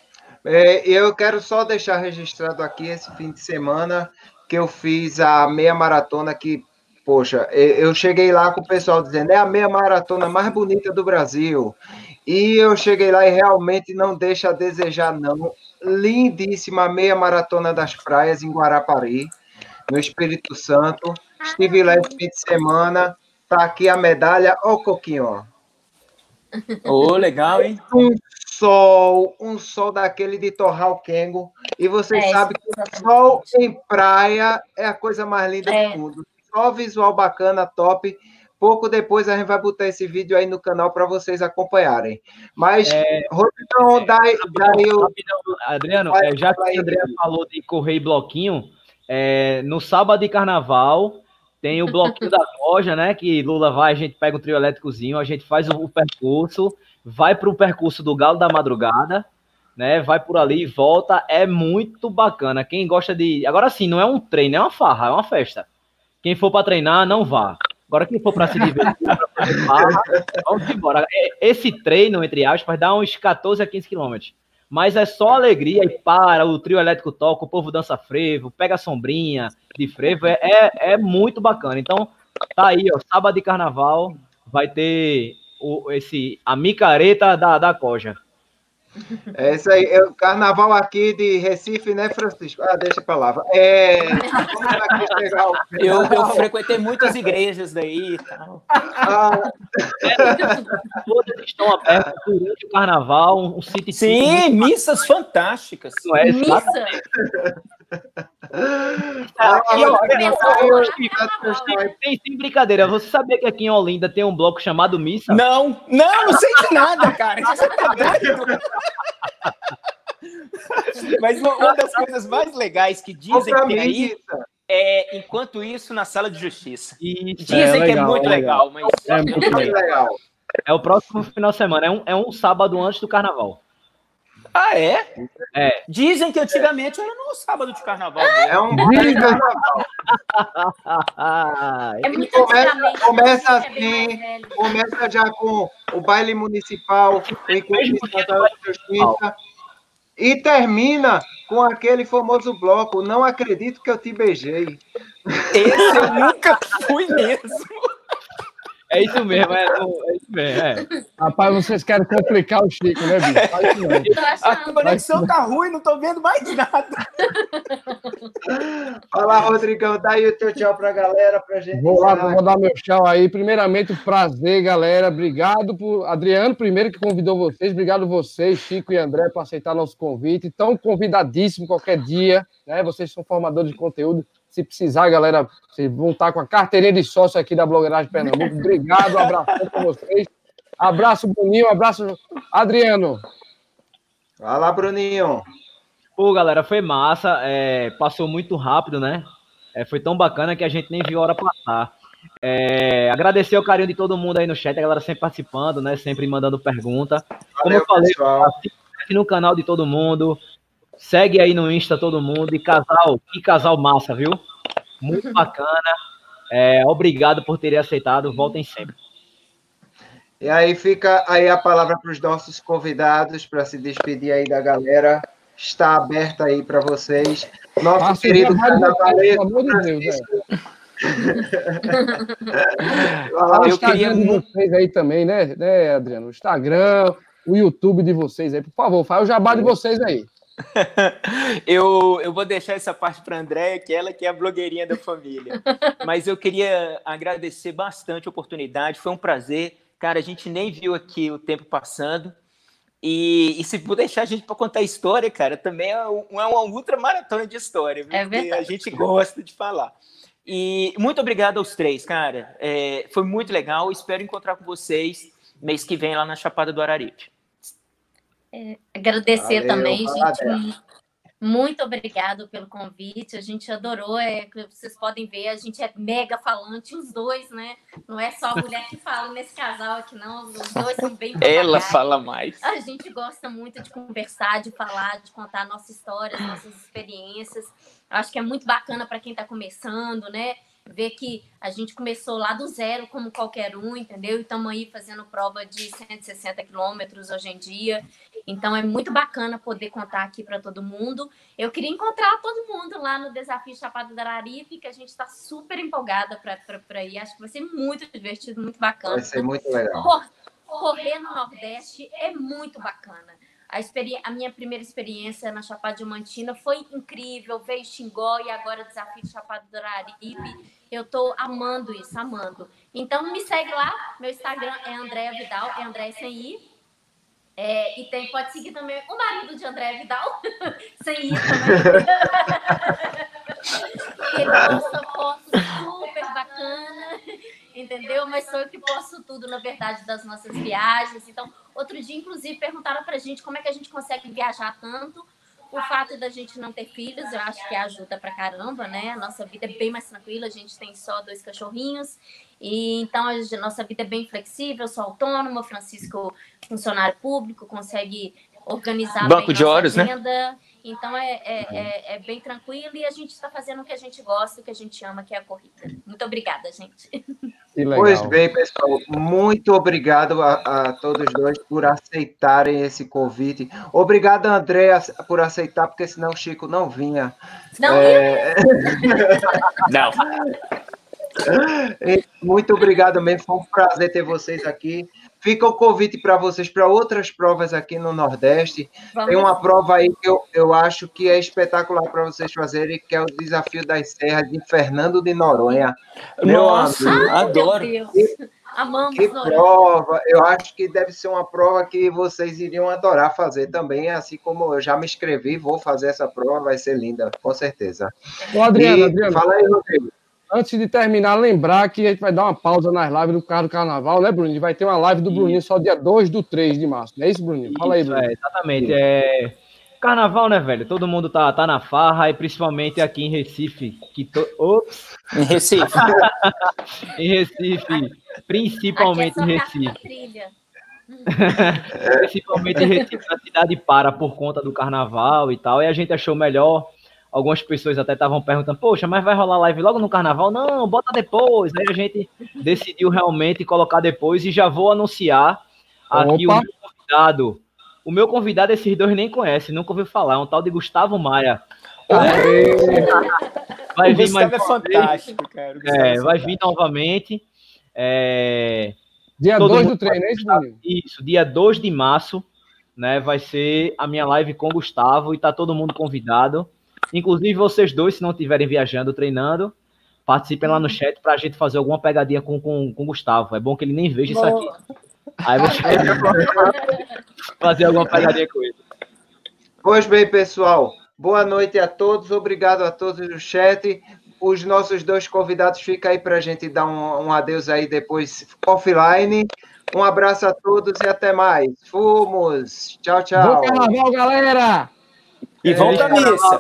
Speaker 1: É, eu quero só deixar registrado aqui esse fim de semana que eu fiz a meia maratona que, poxa, eu cheguei lá com o pessoal dizendo, é a meia maratona mais bonita do Brasil. E eu cheguei lá e realmente não deixa a desejar, não. Lindíssima meia maratona das praias em Guarapari, no Espírito Santo. Estive lá esse fim de semana. Tá aqui a medalha. Ó o coquinho, ó.
Speaker 5: Ô, oh, legal, hein?
Speaker 1: Um sol, um sol daquele de torrar o Kengo. E você é, sabe que o sol em praia é a coisa mais linda é. do mundo. Só visual bacana, top. Pouco depois a gente vai botar esse vídeo aí no canal para vocês acompanharem. Mas, é, Rodrigo, daí, daí eu...
Speaker 2: Adriano, é, já que o André falou de correr e bloquinho, é, no sábado de carnaval tem o bloquinho da loja, né? Que Lula vai, a gente pega um trio elétricozinho, a gente faz o, o percurso, vai para o percurso do Galo da Madrugada, né? Vai por ali e volta. É muito bacana. Quem gosta de. Agora sim, não é um treino, é uma farra, é uma festa. Quem for para treinar, não vá. Agora, quem for para se divertir, para fazer farra, vamos embora. Esse treino, entre aspas, dá uns quatorze a quinze quilômetros. Mas é só alegria e para, o trio elétrico toca, o povo dança frevo, pega a sombrinha de frevo, é, é, é muito bacana. Então, tá aí, ó, sábado de carnaval, vai ter o, esse, a micareta da, da Coja.
Speaker 1: É isso aí, é o carnaval aqui de Recife, né, Francisco? Ah, deixa a palavra. É...
Speaker 5: eu, eu frequentei muitas igrejas daí e tal. Ah...
Speaker 2: Todas estão abertas durante o carnaval, um, um sítio.
Speaker 5: Sim, missas fantásticas.
Speaker 2: Não é,
Speaker 3: Missa?
Speaker 2: Ah, aqui, ó, tem, tem brincadeira. Você sabia que aqui em Olinda tem um bloco chamado Missa?
Speaker 5: Não, não, não sei de nada, cara. Você tá doido? Mas uma das coisas mais legais que dizem que tem aí é, enquanto isso, na sala de justiça.
Speaker 2: Isso,
Speaker 5: dizem
Speaker 2: é legal,
Speaker 5: que é muito
Speaker 2: é legal.
Speaker 5: legal, mas
Speaker 2: é muito legal. É o próximo final de semana, é um, é um sábado antes do carnaval.
Speaker 5: Ah, é?
Speaker 2: É.
Speaker 5: Dizem que antigamente era no sábado de carnaval.
Speaker 1: É, é um bom de carnaval.
Speaker 3: É muito
Speaker 1: começa, começa assim, começa já com o baile municipal, o encontro da justiça, e termina com aquele famoso bloco, não acredito que eu te beijei.
Speaker 5: Esse eu nunca fui mesmo.
Speaker 2: É isso mesmo, é, é isso mesmo. É.
Speaker 6: Rapaz, vocês querem complicar o Chico, né, bicho?
Speaker 5: A conexão tá ruim, não tô vendo mais nada.
Speaker 1: Olá, Rodrigão, dá aí o teu tchau pra galera, pra gente.
Speaker 6: Vou lá, vou dar meu tchau aí. Primeiramente, um prazer, galera. Obrigado por Adriano, primeiro que convidou vocês. Obrigado vocês, Chico e André, por aceitar nosso convite. Estão convidadíssimos qualquer dia, né? Vocês são formadores de conteúdo. Se precisar, galera, vocês vão estar com a carteirinha de sócio aqui da Blogueiragem Pernambuco. Obrigado, um abraço para vocês. Abraço, Bruninho, abraço, Adriano.
Speaker 1: Vai lá, Bruninho.
Speaker 2: Pô, galera, foi massa, é, passou muito rápido, né? É, foi tão bacana que a gente nem viu a hora passar. É, agradecer o carinho de todo mundo aí no chat, a galera sempre participando, né? Sempre mandando pergunta. Como Valeu, eu falei, aqui no canal de todo mundo. Segue aí no Insta todo mundo. E casal, que casal massa, viu? Muito bacana. É, obrigado por terem aceitado. Voltem sempre.
Speaker 1: E aí fica aí a palavra para os nossos convidados para se despedir aí da galera. Está aberta aí para vocês. Nosso
Speaker 6: Nossa,
Speaker 1: querido carnavalesco.
Speaker 6: pelo amor de Deus, velho.
Speaker 5: Eu
Speaker 6: O Instagram
Speaker 5: queria
Speaker 6: de vocês aí também, né, né, Adriano? O Instagram, o YouTube de vocês aí. Por favor, faz o jabá de vocês aí.
Speaker 5: eu, eu vou deixar essa parte para a Andréia, que ela que é a blogueirinha da família. Mas eu queria agradecer bastante a oportunidade. Foi um prazer. Cara, a gente nem viu aqui o tempo passando. E, e se for deixar a gente para contar história, cara, também é, um, é uma ultra maratona de história, viu?
Speaker 3: É
Speaker 5: Porque
Speaker 3: verdade.
Speaker 5: a gente gosta de falar. E muito obrigado aos três, cara. É, foi muito legal. Espero encontrar com vocês mês que vem lá na Chapada do Araripe.
Speaker 3: É, agradecer
Speaker 1: Valeu,
Speaker 3: também,
Speaker 1: fala,
Speaker 3: gente. Muito obrigado pelo convite. A gente adorou. É, vocês podem ver, a gente é mega falante, os dois, né? Não é só a mulher que fala nesse casal aqui, não. Os dois são bem
Speaker 5: Ela
Speaker 3: papagaios.
Speaker 5: fala mais.
Speaker 3: A gente gosta muito de conversar, de falar, de contar a nossa história, as nossas experiências. Acho que é muito bacana para quem está começando, né? Ver que a gente começou lá do zero, como qualquer um, entendeu? E estamos aí fazendo prova de cento e sessenta quilômetros hoje em dia. Então, é muito bacana poder contar aqui para todo mundo. Eu queria encontrar todo mundo lá no Desafio Chapada do Araripe, que a gente está super empolgada para ir. Acho que vai ser muito divertido, muito bacana.
Speaker 1: Vai ser muito legal.
Speaker 3: Cor- Correr no Nordeste é muito bacana. A, experi- a minha primeira experiência na Chapada Diamantina foi incrível. Veio Xingó e agora o Desafio Chapada do Araripe. Eu tô amando isso, amando. Então, me segue lá. Meu Instagram é Andréa Vidal, é Andréa sem I. É, e tem, pode seguir também o marido de Andréa Vidal, sem I também. Ele posta fotos super bacana, entendeu? Mas sou eu que posto tudo, na verdade, das nossas viagens. Então, outro dia, inclusive, perguntaram pra gente como é que a gente consegue viajar tanto. O fato da gente não ter filhos, eu acho que ajuda pra caramba, né? A nossa vida é bem mais tranquila, a gente tem só dois cachorrinhos. E então, a gente- nossa vida é bem flexível, eu sou autônoma, o Francisco, funcionário público, consegue organizar
Speaker 5: Banco
Speaker 3: bem
Speaker 5: de
Speaker 3: nossa
Speaker 5: horas, né?
Speaker 3: agenda. Então, é, é, é, é bem tranquilo e a gente está fazendo o que a gente gosta, o que a gente ama, que é a corrida. Muito obrigada, gente.
Speaker 6: Que legal.
Speaker 1: Pois bem, pessoal, muito obrigado a, a todos dois por aceitarem esse convite. Obrigado, André, por aceitar, porque senão o Chico não vinha.
Speaker 3: Não,
Speaker 1: É,
Speaker 5: Não.
Speaker 1: Muito obrigado mesmo, foi um prazer ter vocês aqui. Fica o convite para vocês para outras provas aqui no Nordeste.
Speaker 3: vamos.
Speaker 1: Tem uma prova aí que eu, eu acho que é espetacular para vocês fazerem, que é o Desafio das Serras de Fernando de Noronha. Meu
Speaker 5: Nossa,
Speaker 1: amigo,
Speaker 3: Ai,
Speaker 5: adoro.
Speaker 3: meu Deus. Amamos,
Speaker 1: que
Speaker 3: Noronha.
Speaker 1: prova! Eu acho que deve ser uma prova que vocês iriam adorar fazer também, assim como eu já me inscrevi, vou fazer essa prova, vai ser linda, com certeza.
Speaker 6: Ô, Adriano,
Speaker 1: E
Speaker 6: Adriano,
Speaker 1: fala aí, Rodrigo.
Speaker 6: antes de terminar, lembrar que a gente vai dar uma pausa nas lives do carro do carnaval, né, Bruninho? Vai ter uma live do Bruninho só dia dois do três de março. Não é isso, Bruninho? Fala aí,
Speaker 2: Isso,
Speaker 6: Bruninho.
Speaker 2: é, exatamente. É... Carnaval, né, velho? Todo mundo tá, tá na farra, e principalmente aqui em Recife. Que to... Ops!
Speaker 5: Em Recife.
Speaker 2: Em Recife, principalmente
Speaker 3: Aqui
Speaker 2: em
Speaker 3: é só
Speaker 2: Recife.
Speaker 3: carta trilha.
Speaker 2: Principalmente em Recife, a cidade para por conta do carnaval e tal. E a gente achou melhor. Algumas pessoas até estavam perguntando, poxa, mas vai rolar live logo no carnaval? Não, bota depois. Aí a gente decidiu realmente colocar depois e já vou anunciar aqui
Speaker 6: Opa.
Speaker 2: o meu convidado. O meu convidado, esses dois nem conhecem, nunca ouviu falar. É um tal de Gustavo Maia. Vai
Speaker 5: O
Speaker 2: vir mais
Speaker 5: Gustavo é
Speaker 2: uma vez.
Speaker 5: fantástico, cara. O Gustavo
Speaker 2: É,
Speaker 5: é
Speaker 2: vai vir
Speaker 5: fantástico.
Speaker 2: novamente. É,
Speaker 6: Dia
Speaker 2: todo
Speaker 6: dois
Speaker 2: mundo
Speaker 6: do três, não é isso, Bruninho?
Speaker 2: Isso, dia dois de março, né? Vai ser a minha live com o Gustavo e tá todo mundo convidado. Inclusive vocês dois, se não estiverem viajando, treinando, participem lá no chat pra gente fazer alguma pegadinha com, com, com o Gustavo. É bom que ele nem veja isso aqui. Aí você fazer alguma pegadinha com ele.
Speaker 1: Pois bem, pessoal, boa noite a todos, obrigado a todos do chat. Os nossos dois convidados ficam aí para a gente dar um, um adeus aí depois offline. Um abraço a todos e até mais. Fomos! Tchau, tchau!
Speaker 6: Bom carnaval, galera!
Speaker 5: E vamos pra missa.